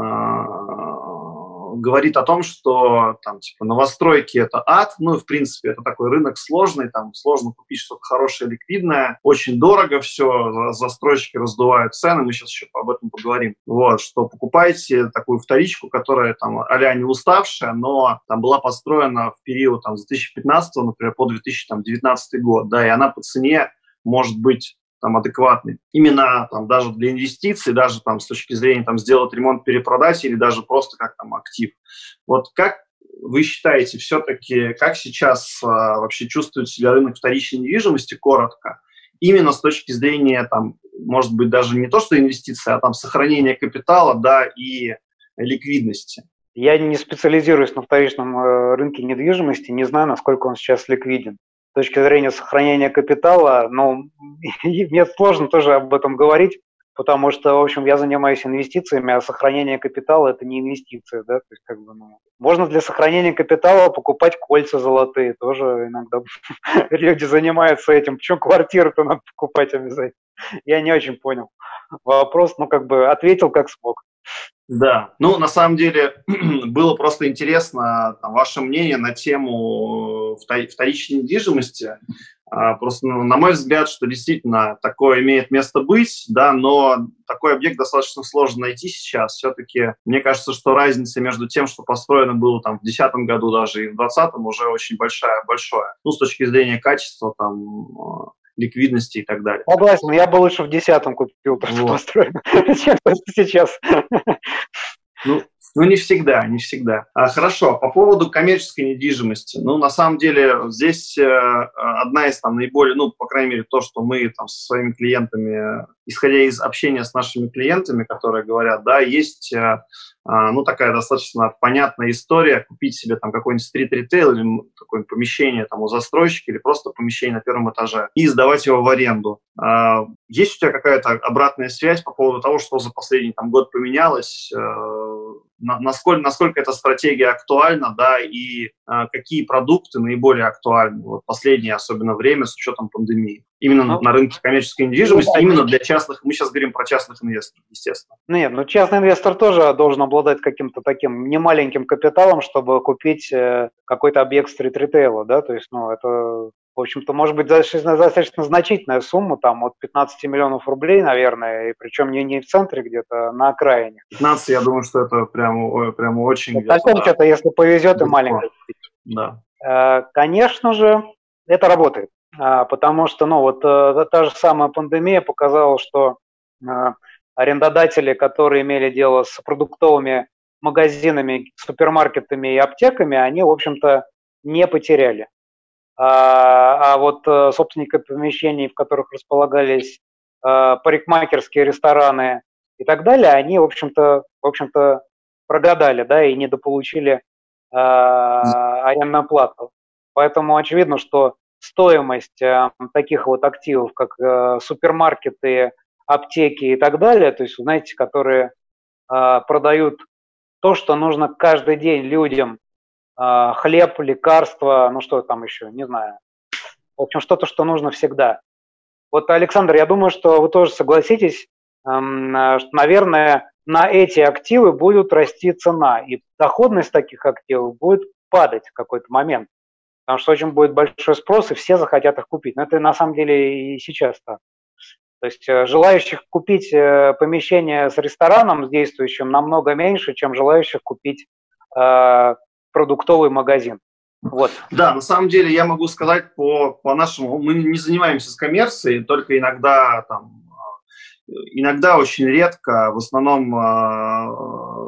говорит о том, что там, типа, новостройки – это ад, ну, в принципе, это такой рынок сложный, там сложно купить что-то хорошее, ликвидное, очень дорого все, застройщики раздувают цены, мы сейчас еще об этом поговорим, вот, что покупайте такую вторичку, которая там а-ля не уставшая, но там была построена в период там с 2015, например, по 2019 год, да, и она по цене может быть там адекватный. Именно там даже для инвестиций, даже там с точки зрения там сделать ремонт, перепродать или даже просто как там актив. Вот как вы считаете все-таки, как сейчас вообще чувствует себя рынок вторичной недвижимости, коротко, именно с точки зрения там, может быть, даже не то, что инвестиции, а там сохранения капитала, да, и ликвидности? Я не специализируюсь на вторичном рынке недвижимости, не знаю, насколько он сейчас ликвиден. С точки зрения сохранения капитала, ну, мне сложно тоже об этом говорить, потому что, в общем, я занимаюсь инвестициями, а сохранение капитала – это не инвестиция, да, то есть, как бы, ну, можно для сохранения капитала покупать кольца золотые, тоже иногда люди занимаются этим, почему квартиру-то надо покупать обязательно, я не очень понял вопрос, ну, как бы, ответил как смог. Да, ну, на самом деле, было просто интересно там, ваше мнение на тему вторичной недвижимости. Просто, ну, на мой взгляд, что действительно такое имеет место быть, да, но такой объект достаточно сложно найти сейчас. Все-таки, мне кажется, что разница между тем, что построено было там в 2010 году даже и в 2020 уже очень большая. Ну, с точки зрения качества, там, ликвидности и так далее. Согласен, я бы лучше в 10-м купил то, что построено, чем сейчас. Ну, не всегда, не всегда. Хорошо, по поводу коммерческой недвижимости. Ну, на самом деле, здесь одна из там наиболее, ну, по крайней мере, то, что мы там со своими клиентами, исходя из общения с нашими клиентами, которые говорят, да, есть, ну, такая достаточно понятная история, купить себе там какой-нибудь стрит-ритейл или какое-нибудь помещение там у застройщика или просто помещение на первом этаже и сдавать его в аренду. Есть у тебя какая-то обратная связь по поводу того, что за последний там год поменялось, насколько эта стратегия актуальна, да, и какие продукты наиболее актуальны в последнее, особенно время, с учетом пандемии? Именно на рынке коммерческой недвижимости, именно для частных, мы сейчас говорим про частных инвесторов, естественно. Нет, ну частный инвестор тоже должен обладать каким-то таким немаленьким капиталом, чтобы купить какой-то объект стрит-ритейла, да, то есть, ну, это, в общем-то, может быть достаточно значительная сумма, там, от 15 миллионов рублей, наверное, и причем не в центре где-то, на окраине. 15, я думаю, что это прямо очень... Потом что-то, если повезет, и маленькое. Да. Конечно же, это работает. Потому что, ну, вот та же самая пандемия показала, что арендодатели, которые имели дело с продуктовыми магазинами, супермаркетами и аптеками, они, в общем-то, не потеряли. А вот собственники помещений, в которых располагались парикмахерские рестораны и так далее, они, в общем-то прогадали, да, и недополучили арендную плату. Поэтому очевидно, что стоимость таких вот активов, как супермаркеты, аптеки и так далее, то есть, знаете, которые продают то, что нужно каждый день людям, хлеб, лекарства, ну что там еще, не знаю. В общем, что-то, что нужно всегда. Вот, Александр, я думаю, что вы тоже согласитесь, что, наверное, на эти активы будет расти цена, и доходность таких активов будет падать в какой-то момент. Потому что очень будет большой спрос, и все захотят их купить. Но это на самом деле и сейчас так. То есть желающих купить помещение с рестораном, с действующим, намного меньше, чем желающих купить продуктовый магазин. Вот. Да, на самом деле я могу сказать по нашему, мы не занимаемся с коммерцией, только иногда очень редко, в основном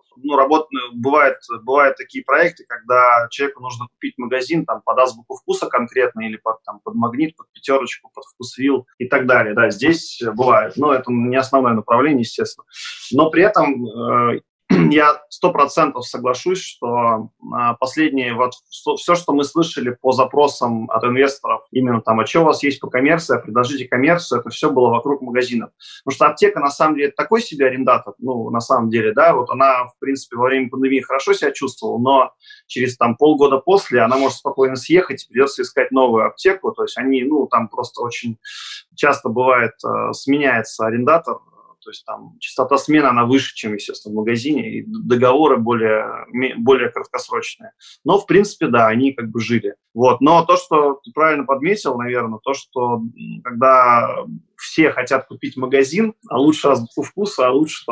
бывают такие проекты, когда человеку нужно купить магазин там, под азбуку вкуса конкретно или под магнит, под пятерочку, под вкусвилл и так далее. Да, здесь бывает. Но это не основное направление, естественно. Но при этом я 100% соглашусь, что последние, вот все, что мы слышали по запросам от инвесторов, именно там, а что у вас есть по коммерции, предложите коммерцию, это все было вокруг магазинов. Потому что аптека, на самом деле, такой себе арендатор, ну, на самом деле, да, вот она, в принципе, во время пандемии хорошо себя чувствовала, но через там полгода после она может спокойно съехать, и придется искать новую аптеку, то есть они, ну, там просто очень часто бывает, сменяется арендатор, то есть там частота смены, она выше, чем, естественно, в магазине, и договоры более краткосрочные. Но, в принципе, да, они как бы жили. Вот. Но то, что ты правильно подметил, наверное, то, что когда все хотят купить магазин, а лучше азбуку вкуса, а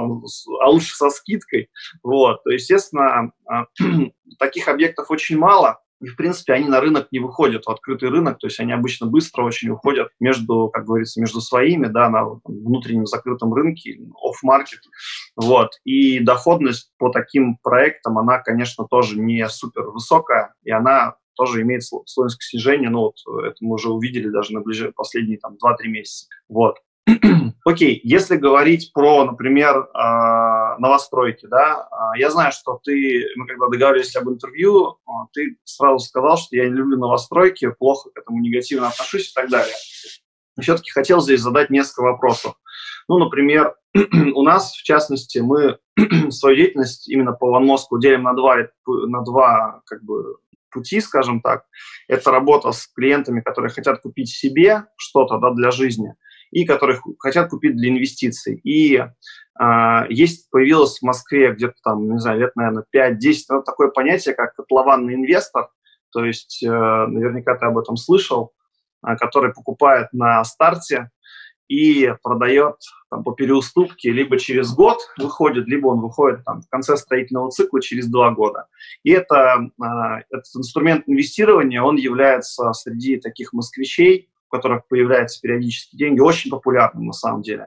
лучше со скидкой, вот, то, естественно, таких объектов очень мало. И, в принципе, они на рынок не выходят, в открытый рынок, то есть они обычно быстро очень уходят между, как говорится, между своими, да, на внутреннем закрытом рынке, off-market, вот. И доходность по таким проектам, она, конечно, тоже не супер высокая, и она тоже имеет склонность к снижению, ну, вот это мы уже увидели даже на последние там 2-3 месяца, вот. Окей, если говорить про, например, новостройки, да, я знаю, что мы когда договаривались об интервью, ты сразу сказал, что я не люблю новостройки, плохо к этому негативно отношусь и так далее. Но все-таки хотел здесь задать несколько вопросов. Ну, например, у нас, в частности, мы свою деятельность именно по One Moscow делим на два как бы пути, скажем так. Это работа с клиентами, которые хотят купить себе что-то, да, для жизни, и которые хотят купить для инвестиций. И появилось в Москве где-то там, не знаю, лет, наверное, 5-10, такое понятие, как котлованный инвестор, то есть наверняка ты об этом слышал, который покупает на старте и продает там, по переуступке либо через год выходит, либо он выходит там, в конце строительного цикла через 2 года. И этот инструмент инвестирования, он является среди таких москвичей, в которых появляются периодически деньги, очень популярным на самом деле.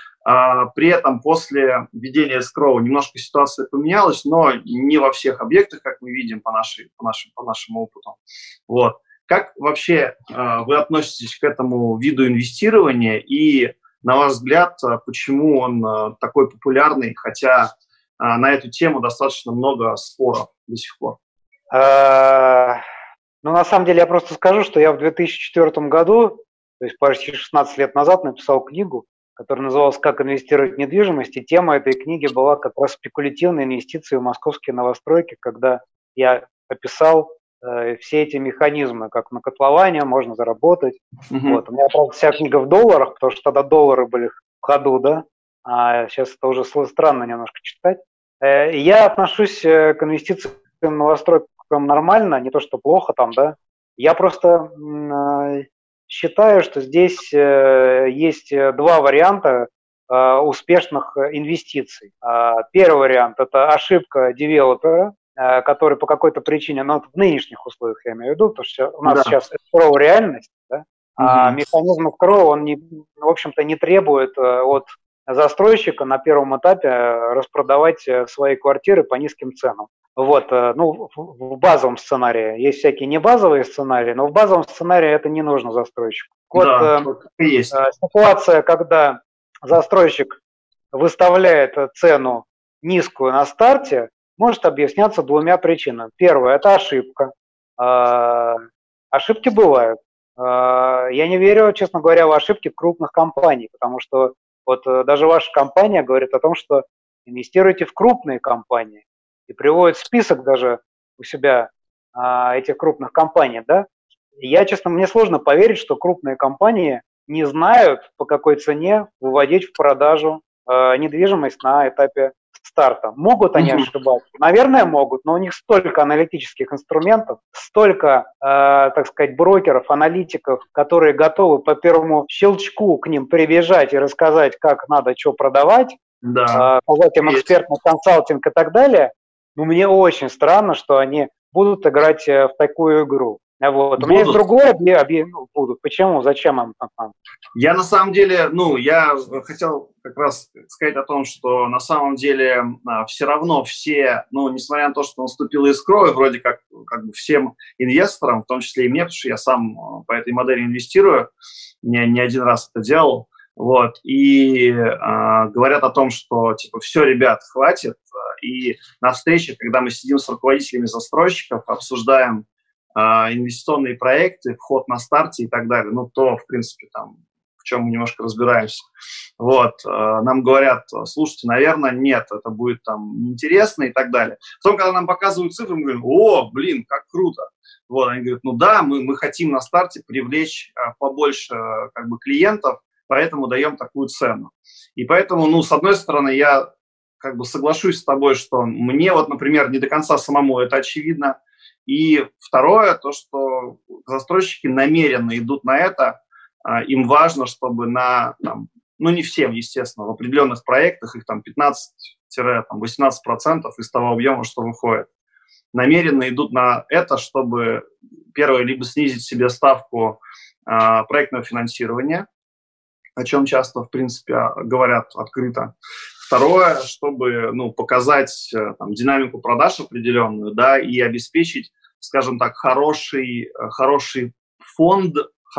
При этом после введения escrow немножко ситуация поменялась, но не во всех объектах, как мы видим по нашему опыту. Вот. Как вообще вы относитесь к этому виду инвестирования и, на ваш взгляд, почему он такой популярный, хотя на эту тему достаточно много споров до сих пор? Ну, на самом деле, я просто скажу, что я в 2004 году, то есть почти 16 лет назад, написал книгу, которая называлась «Как инвестировать в недвижимость», и тема этой книги была как раз спекулятивные инвестиции в московские новостройки, когда я описал все эти механизмы, как на котловане можно заработать. Вот. У меня, правда, вся книга в долларах, потому что тогда доллары были в ходу, да, а сейчас это уже странно немножко читать. Я отношусь к инвестициям в новостройкам нормально, не то что плохо там, да. Я просто считаю, что здесь есть два варианта успешных инвестиций. Первый вариант – это ошибка девелопера, который по какой-то причине, ну, в нынешних условиях я имею в виду, потому что у нас сейчас escrow реальность, да, а механизм escrow, он, в общем-то, не требует от застройщика на первом этапе распродавать свои квартиры по низким ценам. Вот, ну, в базовом сценарии. Есть всякие небазовые сценарии, но в базовом сценарии это не нужно застройщику. Вот есть ситуация, когда застройщик выставляет цену низкую на старте, может объясняться двумя причинами. Первое – это ошибка. Ошибки бывают. Я не верю, честно говоря, в ошибки крупных компаний, потому что вот даже ваша компания говорит о том, что инвестируйте в крупные компании и приводит список даже у себя этих крупных компаний, да. Я, честно, мне сложно поверить, что крупные компании не знают, по какой цене выводить в продажу недвижимость на этапе старта. Могут они ошибаться? Наверное, могут, но у них столько аналитических инструментов, столько, так сказать, брокеров, аналитиков, которые готовы по первому щелчку к ним прибежать и рассказать, как надо что продавать, показать им экспертный консалтинг и так далее. Но мне очень странно, что они будут играть в такую игру. Вот. У меня есть другое будут. Почему? Зачем им там? Я на самом деле, я хотел как раз сказать о том, что на самом деле все равно все, несмотря на то, что наступило escrow, вроде как бы всем инвесторам, в том числе и мне, потому что я сам по этой модели инвестирую, не один раз это делал, Вот, и говорят о том, что, типа, все, ребят, хватит, и на встрече, когда мы сидим с руководителями застройщиков, обсуждаем инвестиционные проекты, вход на старте и так далее, ну, то, в принципе, там, в чем мы немножко разбираемся. Вот, нам говорят, слушайте, наверное, нет, это будет там неинтересно и так далее. Потом, когда нам показывают цифры, мы говорим, о, блин, как круто. Вот, они говорят, ну да, мы хотим на старте привлечь побольше как бы клиентов, поэтому даем такую цену. И поэтому, ну, с одной стороны, я как бы соглашусь с тобой, что мне вот, например, не до конца самому это очевидно. И второе, то, что застройщики намеренно идут на это, им важно, чтобы на, там, ну, не всем, естественно, в определенных проектах их там 15-18% из того объема, что выходит, намеренно идут на это, чтобы, первое, либо снизить себе ставку проектного финансирования, о чем часто, в принципе, говорят открыто. Второе, чтобы, ну, показать там динамику продаж определенную, да, и обеспечить, скажем так, хороший фон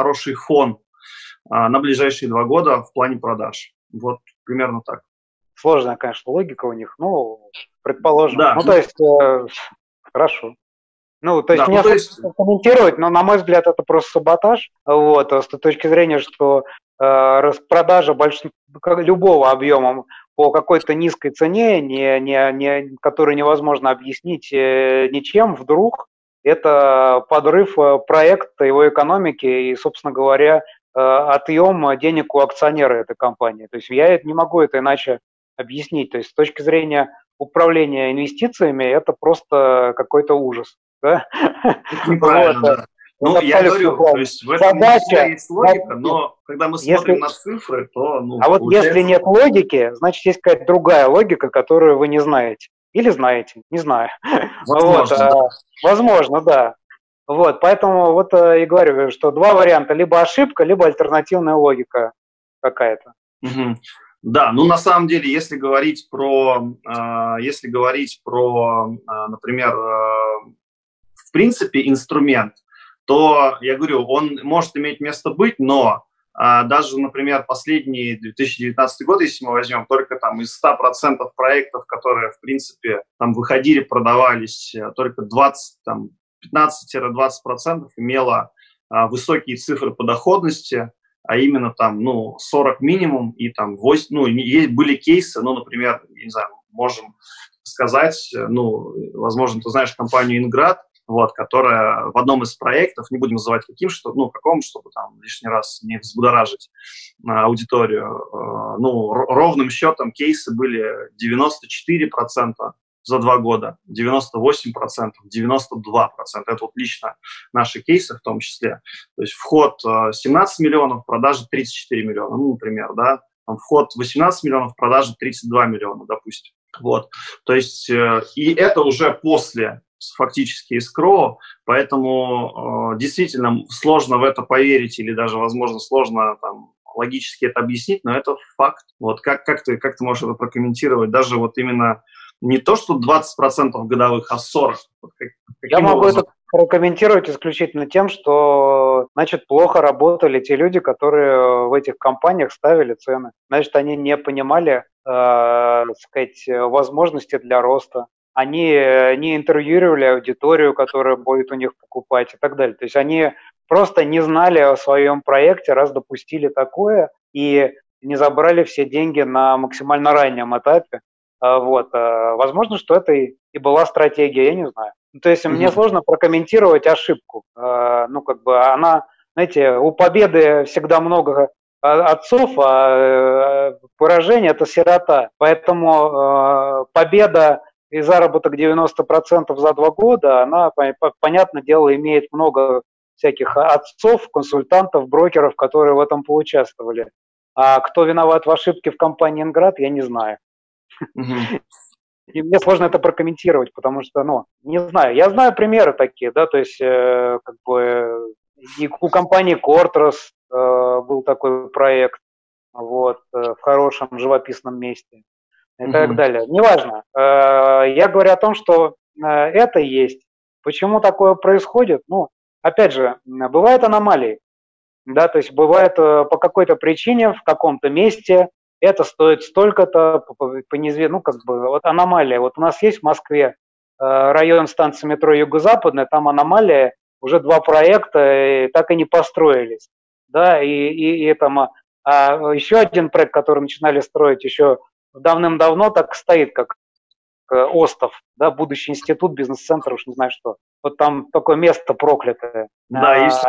на ближайшие 2 года в плане продаж. Вот примерно так. Сложная, конечно, логика у них, ну, предположим. Да. Ну, то есть, хорошо. Ну, то есть, да, мне сложно комментировать, но, на мой взгляд, это просто саботаж. Вот, с точки зрения, что распродажа любого объема по какой-то низкой цене, которую невозможно объяснить ничем, вдруг это подрыв проекта, его экономики и, собственно говоря, отъем денег у акционера этой компании. То есть я не могу это иначе объяснить. То есть с точки зрения управления инвестициями это просто какой-то ужас. Да? Неправильно, вот. Да. Ну, я говорю, то есть в этом есть логика, но когда мы смотрим на цифры, то... Ну, а вот если нет логики, значит, есть какая-то другая логика, которую вы не знаете. Или знаете, не знаю. Возможно, вот, да. Возможно, да. Вот, поэтому вот и говорю, что два варианта, либо ошибка, либо альтернативная логика какая-то. Угу. Да, ну на самом деле, если говорить про, например, в принципе, инструмент, то, я говорю, он может иметь место быть, но даже, например, последний 2019 год, если мы возьмем, только там из 100% проектов, которые, в принципе, там выходили, продавались, только 15-20% имело высокие цифры по доходности, а именно там, ну, 40 минимум, и там 8, ну, были кейсы, ну, например, не знаю, можем сказать, ну, возможно, ты знаешь компанию «Инград», вот, которая в одном из проектов, не будем называть каким, каком, чтобы там лишний раз не взбудоражить аудиторию, ну, ровным счетом кейсы были 94% за 2 года, 98%, 92%. Это вот лично наши кейсы в том числе. То есть вход 17 миллионов, продажи 34 миллиона, ну, например, да, там вход 18 миллионов, продажи 32 миллиона, допустим. Вот, то есть, и это уже после фактически эскроу, поэтому действительно сложно в это поверить или даже, возможно, сложно там логически это объяснить, но это факт. Вот как ты можешь это прокомментировать? Даже вот именно не то, что 20% годовых, а 40%. Вот я могу это прокомментировать исключительно тем, что, значит, плохо работали те люди, которые в этих компаниях ставили цены. Значит, они не понимали, сказать, возможности для роста. Они не интервьюировали аудиторию, которая будет у них покупать и так далее. То есть они просто не знали о своем проекте, раз допустили такое и не забрали все деньги на максимально раннем этапе. Вот. Возможно, что это и была стратегия, я не знаю. То есть мне сложно прокомментировать ошибку. Ну, как бы она, знаете, у победы всегда много отцов, а поражение – это сирота. Поэтому победа и заработок 90% за 2 года, она, понятное дело, имеет много всяких отцов, консультантов, брокеров, которые в этом поучаствовали. А кто виноват в ошибке в компании «Инград», я не знаю. И мне сложно это прокомментировать, потому что, ну, не знаю. Я знаю примеры такие, да, то есть, как бы, и у компании «Кортрос» был такой проект, вот, в хорошем живописном месте и так далее. Неважно. Я говорю о том, что это есть. Почему такое происходит? Ну, опять же, бывают аномалии. Да, то есть бывает по какой-то причине в каком-то месте это стоит столько-то, ну, как бы, вот аномалия. Вот у нас есть в Москве район станции метро Юго-Западная, там аномалия, уже 2 проекта и так и не построились. Да, и там, еще один проект, который начинали строить еще давным-давно, так стоит, как Остов, да, будущий институт, бизнес-центр, уж не знаю что. Вот там такое место проклятое. Да, есть.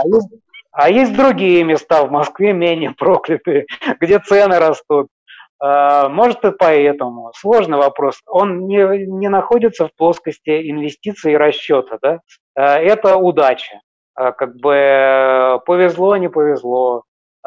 А есть другие места в Москве, менее проклятые, где цены растут. Может, и поэтому. Сложный вопрос. Он не находится в плоскости инвестиций и расчета. Да? Это удача. Как бы повезло, не повезло.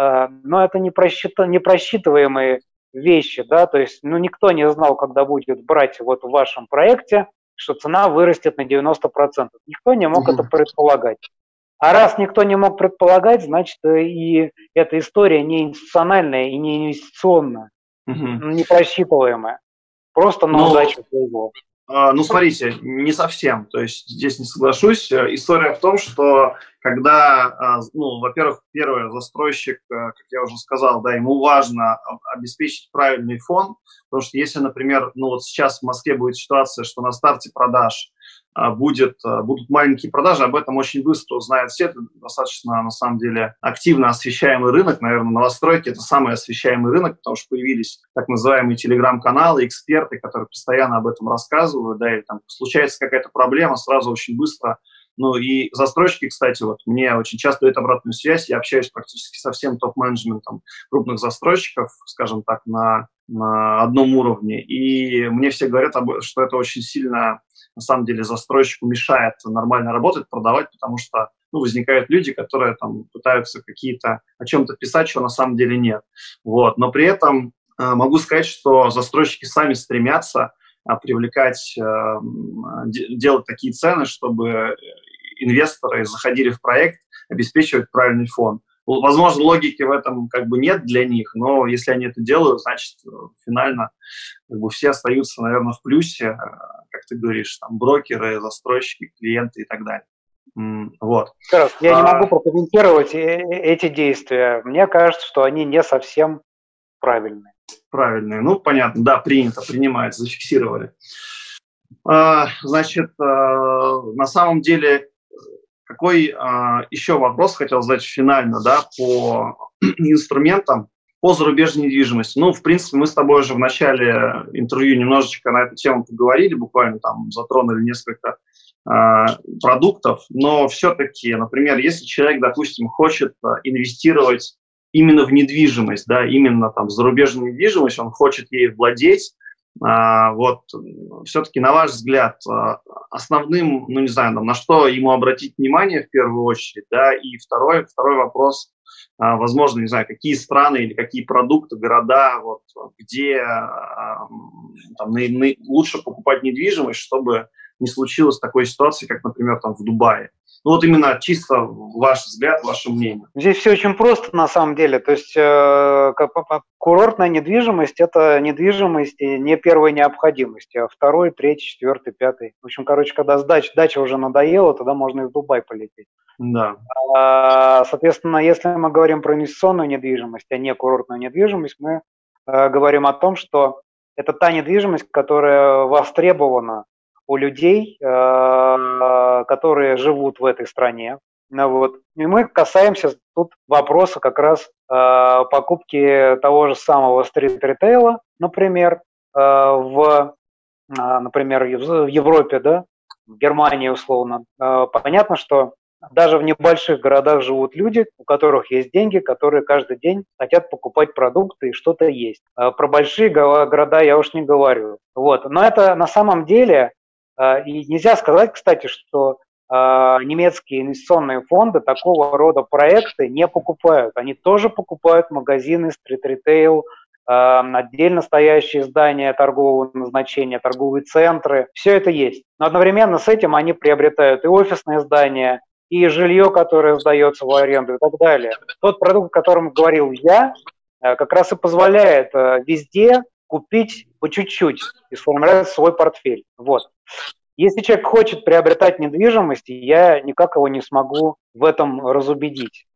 Но это не просчитываемые вещи. Да? То есть никто не знал, когда будет брать вот в вашем проекте, что цена вырастет на 90%. Никто не мог это предполагать. А раз никто не мог предполагать, значит, и эта история не институциональная и не инвестиционная, не просчитываемая. Просто на удачу повезло. Ну, смотрите, не совсем. То есть здесь не соглашусь. История в том, что когда, ну, во-первых, первый застройщик, как я уже сказал, да, ему важно обеспечить правильный фон, потому что если, например, ну вот сейчас в Москве будет ситуация, что на старте продаж будут маленькие продажи, об этом очень быстро узнают все. Это достаточно, на самом деле, активно освещаемый рынок. Наверное, новостройки – это самый освещаемый рынок, потому что появились так называемые телеграм-каналы, эксперты, которые постоянно об этом рассказывают, да, или там случается какая-то проблема, сразу очень быстро. Ну и застройщики, кстати, вот мне очень часто дают обратную связь, я общаюсь практически со всем топ-менеджментом крупных застройщиков, скажем так, на одном уровне, и мне все говорят, что это очень сильно, на самом деле, застройщику мешает нормально работать, продавать, потому что возникают люди, которые там пытаются о чем-то писать, чего на самом деле нет. Вот. Но при этом могу сказать, что застройщики сами стремятся привлекать, делать такие цены, чтобы инвесторы заходили в проект, обеспечивать правильный фон. Возможно, логики в этом как бы нет для них, но если они это делают, значит, финально как бы все остаются, наверное, в плюсе, как ты говоришь, там, брокеры, застройщики, клиенты и так далее. Вот. Я не могу прокомментировать эти действия. Мне кажется, что они не совсем правильные. Правильные. Ну, понятно, да, принимается, зафиксировали. Значит, на самом деле, какой еще вопрос хотел задать финально, да, по инструментам по зарубежной недвижимости. Ну, в принципе, мы с тобой уже в начале интервью немножечко на эту тему поговорили, буквально там затронули несколько продуктов, но все-таки, например, если человек, допустим, хочет инвестировать именно в недвижимость, да, именно там зарубежную недвижимость, он хочет ей владеть, вот все-таки, на ваш взгляд, основным, ну не знаю, на что ему обратить внимание в первую очередь, да, и второй вопрос, возможно, не знаю, какие страны или какие продукты, города, вот, где там, лучше покупать недвижимость, чтобы не случилось такой ситуации, как, например, там в Дубае. Ну вот именно чисто ваш взгляд, ваше мнение. Здесь все очень просто на самом деле. То есть курортная недвижимость – это недвижимость не первой необходимости, а второй, третий, четвертый, пятый. В общем, короче, когда дача уже надоела, тогда можно и в Дубай полететь. Да. Соответственно, если мы говорим про инвестиционную недвижимость, а не курортную недвижимость, мы говорим о том, что это та недвижимость, которая востребована у людей, которые живут в этой стране. Вот. И мы касаемся тут вопроса как раз покупки того же самого стрит-ритейла, например, например, в Европе, да, в Германии условно. Понятно, что даже в небольших городах живут люди, у которых есть деньги, которые каждый день хотят покупать продукты и что-то есть. Про большие города я уж не говорю. Вот. Но это на самом деле, и нельзя сказать, кстати, что немецкие инвестиционные фонды такого рода проекты не покупают. Они тоже покупают магазины, стрит-ритейл, отдельно стоящие здания торгового назначения, торговые центры. Все это есть. Но одновременно с этим они приобретают и офисные здания, и жилье, которое сдается в аренду и так далее. Тот продукт, о котором говорил я, как раз и позволяет везде купить по чуть-чуть и сформировать свой портфель. Вот. Если человек хочет приобретать недвижимость, я никак его не смогу в этом разубедить.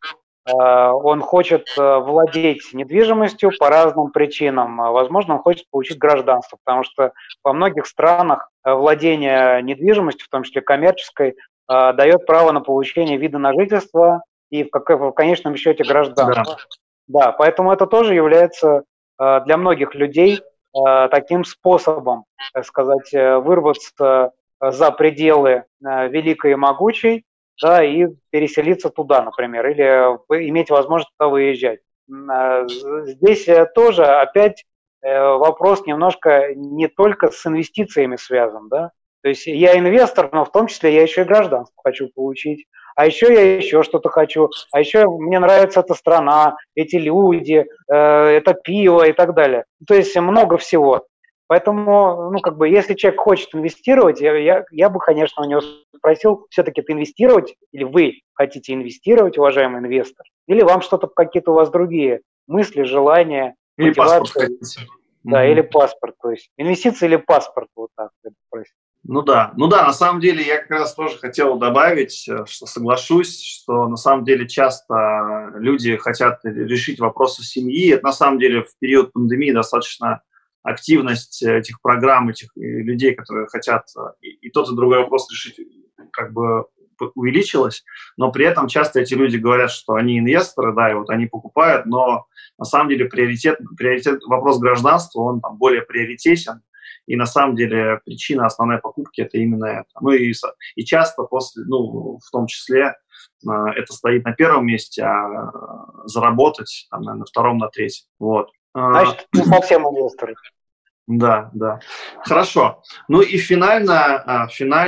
он хочет владеть недвижимостью по разным причинам. Возможно, он хочет получить гражданство, потому что во многих странах владение недвижимостью, в том числе коммерческой, дает право на получение вида на жительство и в конечном счете гражданство. Да, поэтому это тоже является для многих людей таким способом, так сказать, вырваться за пределы великой и могучей, да, и переселиться туда, например, или иметь возможность туда выезжать. Здесь тоже опять вопрос немножко не только с инвестициями связан, да, то есть я инвестор, но в том числе я еще и гражданство хочу получить, а еще я еще что-то хочу, а еще мне нравится эта страна, эти люди, это пиво и так далее. То есть много всего. Поэтому, если человек хочет инвестировать, я бы, конечно, у него спросил, все-таки ты инвестировать, или вы хотите инвестировать, уважаемый инвестор, или вам что-то, какие-то у вас другие мысли, желания, или мотивация. Да, или паспорт, то есть инвестиции или паспорт, вот так, я бы спросил. Ну да, на самом деле я как раз тоже хотел добавить, что соглашусь, что на самом деле часто люди хотят решить вопросы семьи. Это на самом деле в период пандемии достаточно активность этих программ, этих людей, которые хотят и тот, и другой вопрос решить, как бы увеличилась, но при этом часто эти люди говорят, что они инвесторы, да, и вот они покупают, но на самом деле приоритет вопрос гражданства, он там более приоритетен, и на самом деле причина основной покупки – это именно это. Ну и часто после, в том числе, это стоит на первом месте, а заработать, там, наверное, на втором, на третьем. Вот. Значит, не совсем инвесторы. Да. Хорошо. Ну и финально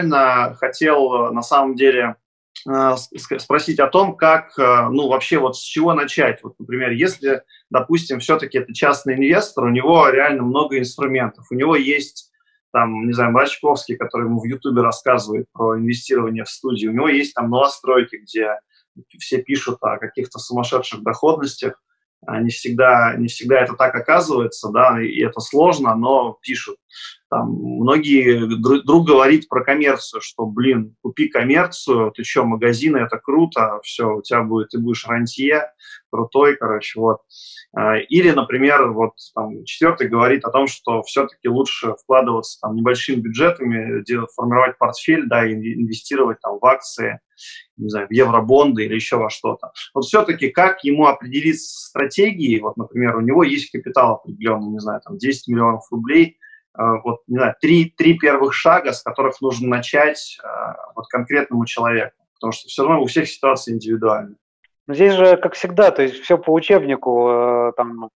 хотел на самом деле спросить о том, как, вообще вот с чего начать. Вот, например, если, допустим, все-таки это частный инвестор, у него реально много инструментов. У него есть, там, не знаю, Мрачковский, который ему в Ютубе рассказывает про инвестирование в студии. У него есть там новостройки, где все пишут о каких-то сумасшедших доходностях. Не всегда это так оказывается, да, и это сложно, но пишут. Там многие друг говорит про коммерцию, что, купи коммерцию, ты что, магазины, это круто, все, у тебя ты будешь рантье, крутой, вот. Или, например, вот там четвертый говорит о том, что все-таки лучше вкладываться там небольшими бюджетами, формировать портфель, да, и инвестировать там в акции, не знаю, в евробонды или еще во что-то. Вот все-таки как ему определить стратегии, вот, например, у него есть капитал определенный, не знаю, там 10 миллионов рублей, вот, не знаю, три первых шага, с которых нужно начать вот конкретному человеку, потому что все равно у всех ситуации индивидуальны. Но здесь же, как всегда, то есть все по учебнику,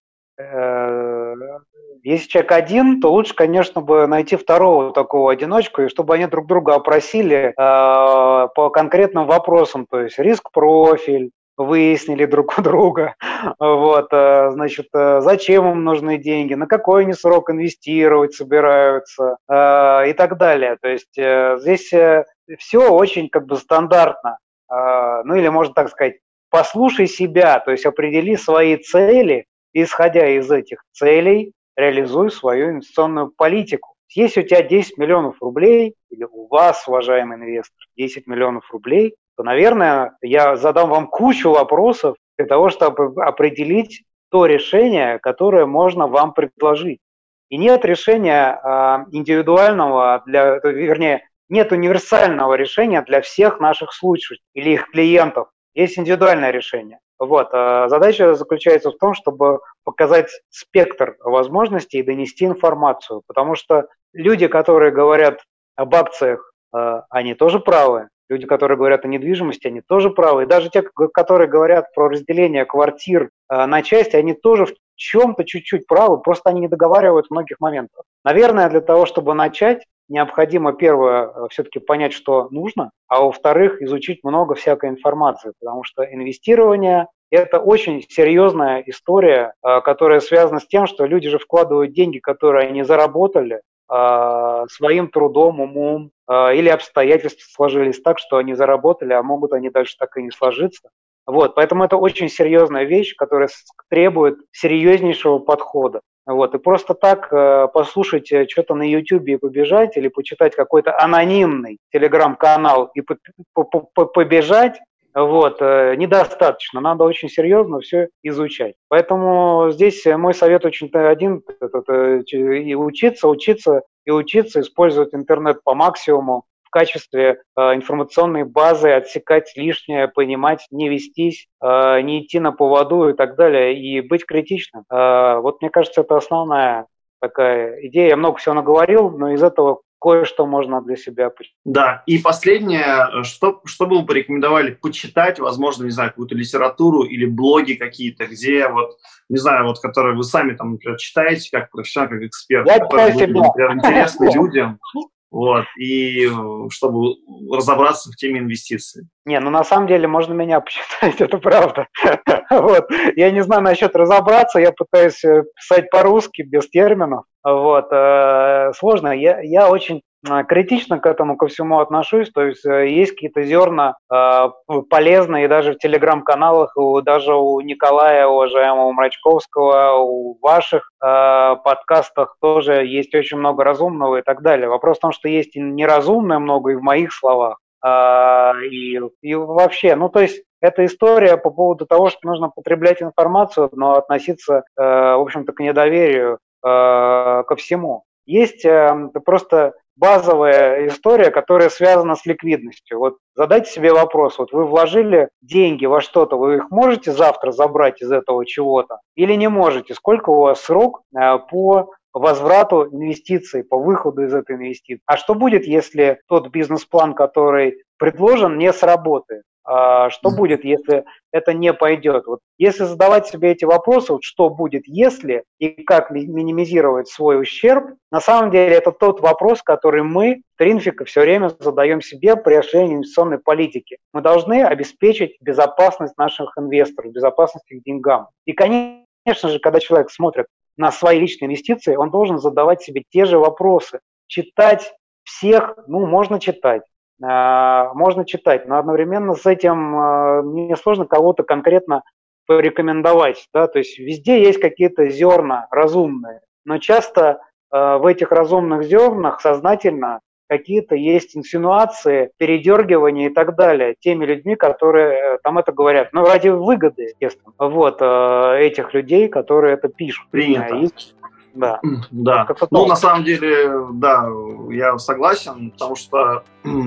если человек один, то лучше, конечно, бы найти второго такого одиночку, и чтобы они друг друга опросили по конкретным вопросам, то есть риск-профиль, выяснили друг у друга, вот, значит, зачем им нужны деньги, на какой они срок инвестировать собираются и так далее. То есть здесь все очень стандартно, или можно так сказать, послушай себя, то есть определи свои цели, и, исходя из этих целей, реализуй свою инвестиционную политику. Если у тебя 10 миллионов рублей, или у вас, уважаемый инвестор, 10 миллионов рублей, то, наверное, я задам вам кучу вопросов для того, чтобы определить то решение, которое можно вам предложить. И нет решения индивидуального, нет универсального решения для всех наших слушателей или их клиентов. Есть индивидуальное решение. Вот. Задача заключается в том, чтобы показать спектр возможностей и донести информацию, потому что люди, которые говорят об акциях, они тоже правы. Люди, которые говорят о недвижимости, они тоже правы. И даже те, которые говорят про разделение квартир на части, они тоже в чем-то чуть-чуть правы, просто они не договаривают в многих моментах. Наверное, для того, чтобы начать, необходимо, первое, все-таки понять, что нужно, а во-вторых, изучить много всякой информации, потому что инвестирование – это очень серьезная история, которая связана с тем, что люди же вкладывают деньги, которые они заработали своим трудом, умом, или обстоятельства сложились так, что они заработали, а могут они дальше так и не сложиться. Вот, поэтому это очень серьезная вещь, которая требует серьезнейшего подхода. Вот, и просто так послушать что-то на YouTube и побежать, или почитать какой-то анонимный телеграм-канал и побежать, Вот, недостаточно, надо очень серьезно все изучать. Поэтому здесь мой совет очень один, и учиться, использовать интернет по максимуму в качестве информационной базы, отсекать лишнее, понимать, не вестись, не идти на поводу и так далее, и быть критичным. Вот мне кажется, это основная такая идея. Я много всего наговорил, но из этого кое-что можно для себя почитать. Да, и последнее, что бы вы порекомендовали почитать, возможно, не знаю, какую-то литературу или блоги какие-то, где вот, не знаю, вот, которые вы сами там, например, читаете как профессионал, как эксперт, которые были, например, интересны людям, вот, и чтобы разобраться в теме инвестиций. Не, ну на самом деле можно меня почитать, это правда. Вот. Я не знаю насчет разобраться, я пытаюсь писать по-русски, без терминов. Вот. Сложно. Я очень критично к этому ко всему отношусь, то есть есть какие-то зерна полезные даже в телеграм-каналах, даже у Николая, уважаемого Мрачковского, у ваших подкастах тоже есть очень много разумного и так далее. Вопрос в том, что есть и неразумное много и в моих словах. И вообще, ну то есть это история по поводу того, что нужно потреблять информацию, но относиться, в общем-то, к недоверию ко всему. Есть просто базовая история, которая связана с ликвидностью. Вот задайте себе вопрос, вот вы вложили деньги во что-то, вы их можете завтра забрать из этого чего-то или не можете? Сколько у вас срок по возврату инвестиций, по выходу из этой инвестиции? А что будет, если тот бизнес-план, который предложен, не сработает? Что будет, если это не пойдет? Вот если задавать себе эти вопросы, вот что будет, если, и как минимизировать свой ущерб, на самом деле это тот вопрос, который мы, Тринфика, все время задаем себе при осуществлении инвестиционной политики. Мы должны обеспечить безопасность наших инвесторов, безопасность их деньгам. И, конечно же, когда человек смотрит на свои личные инвестиции, он должен задавать себе те же вопросы. Читать всех, можно читать. Можно читать, но одновременно с этим мне сложно кого-то конкретно порекомендовать, да, то есть везде есть какие-то зерна разумные, но часто в этих разумных зернах сознательно какие-то есть инсинуации, передергивания и так далее теми людьми, которые там это говорят, ради выгоды, естественно, вот, этих людей, которые это пишут. Принято. Да. Да. На самом деле, да, я согласен, потому что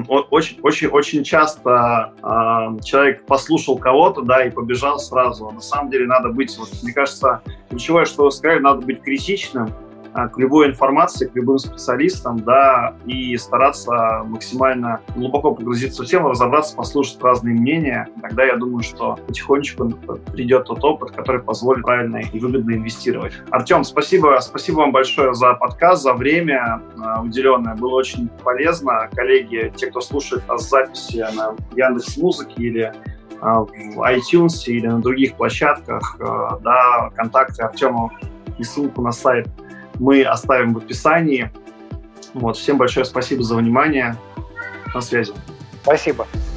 очень часто человек послушал кого-то, да, и побежал сразу. На самом деле надо быть, мне кажется, ключевое, что вы сказали, надо быть критичным к любой информации, к любым специалистам, да, и стараться максимально глубоко погрузиться в тему, разобраться, послушать разные мнения. Тогда я думаю, что потихонечку придет тот опыт, который позволит правильно и выгодно инвестировать. Артем, спасибо вам большое за подкаст, за время уделенное. Было очень полезно. Коллеги, те, кто слушает нас в записи на Яндекс.Музыке или в iTunes или на других площадках, да, контакты Артема и ссылку на сайт мы оставим в описании. Всем большое спасибо за внимание. На связи. Спасибо.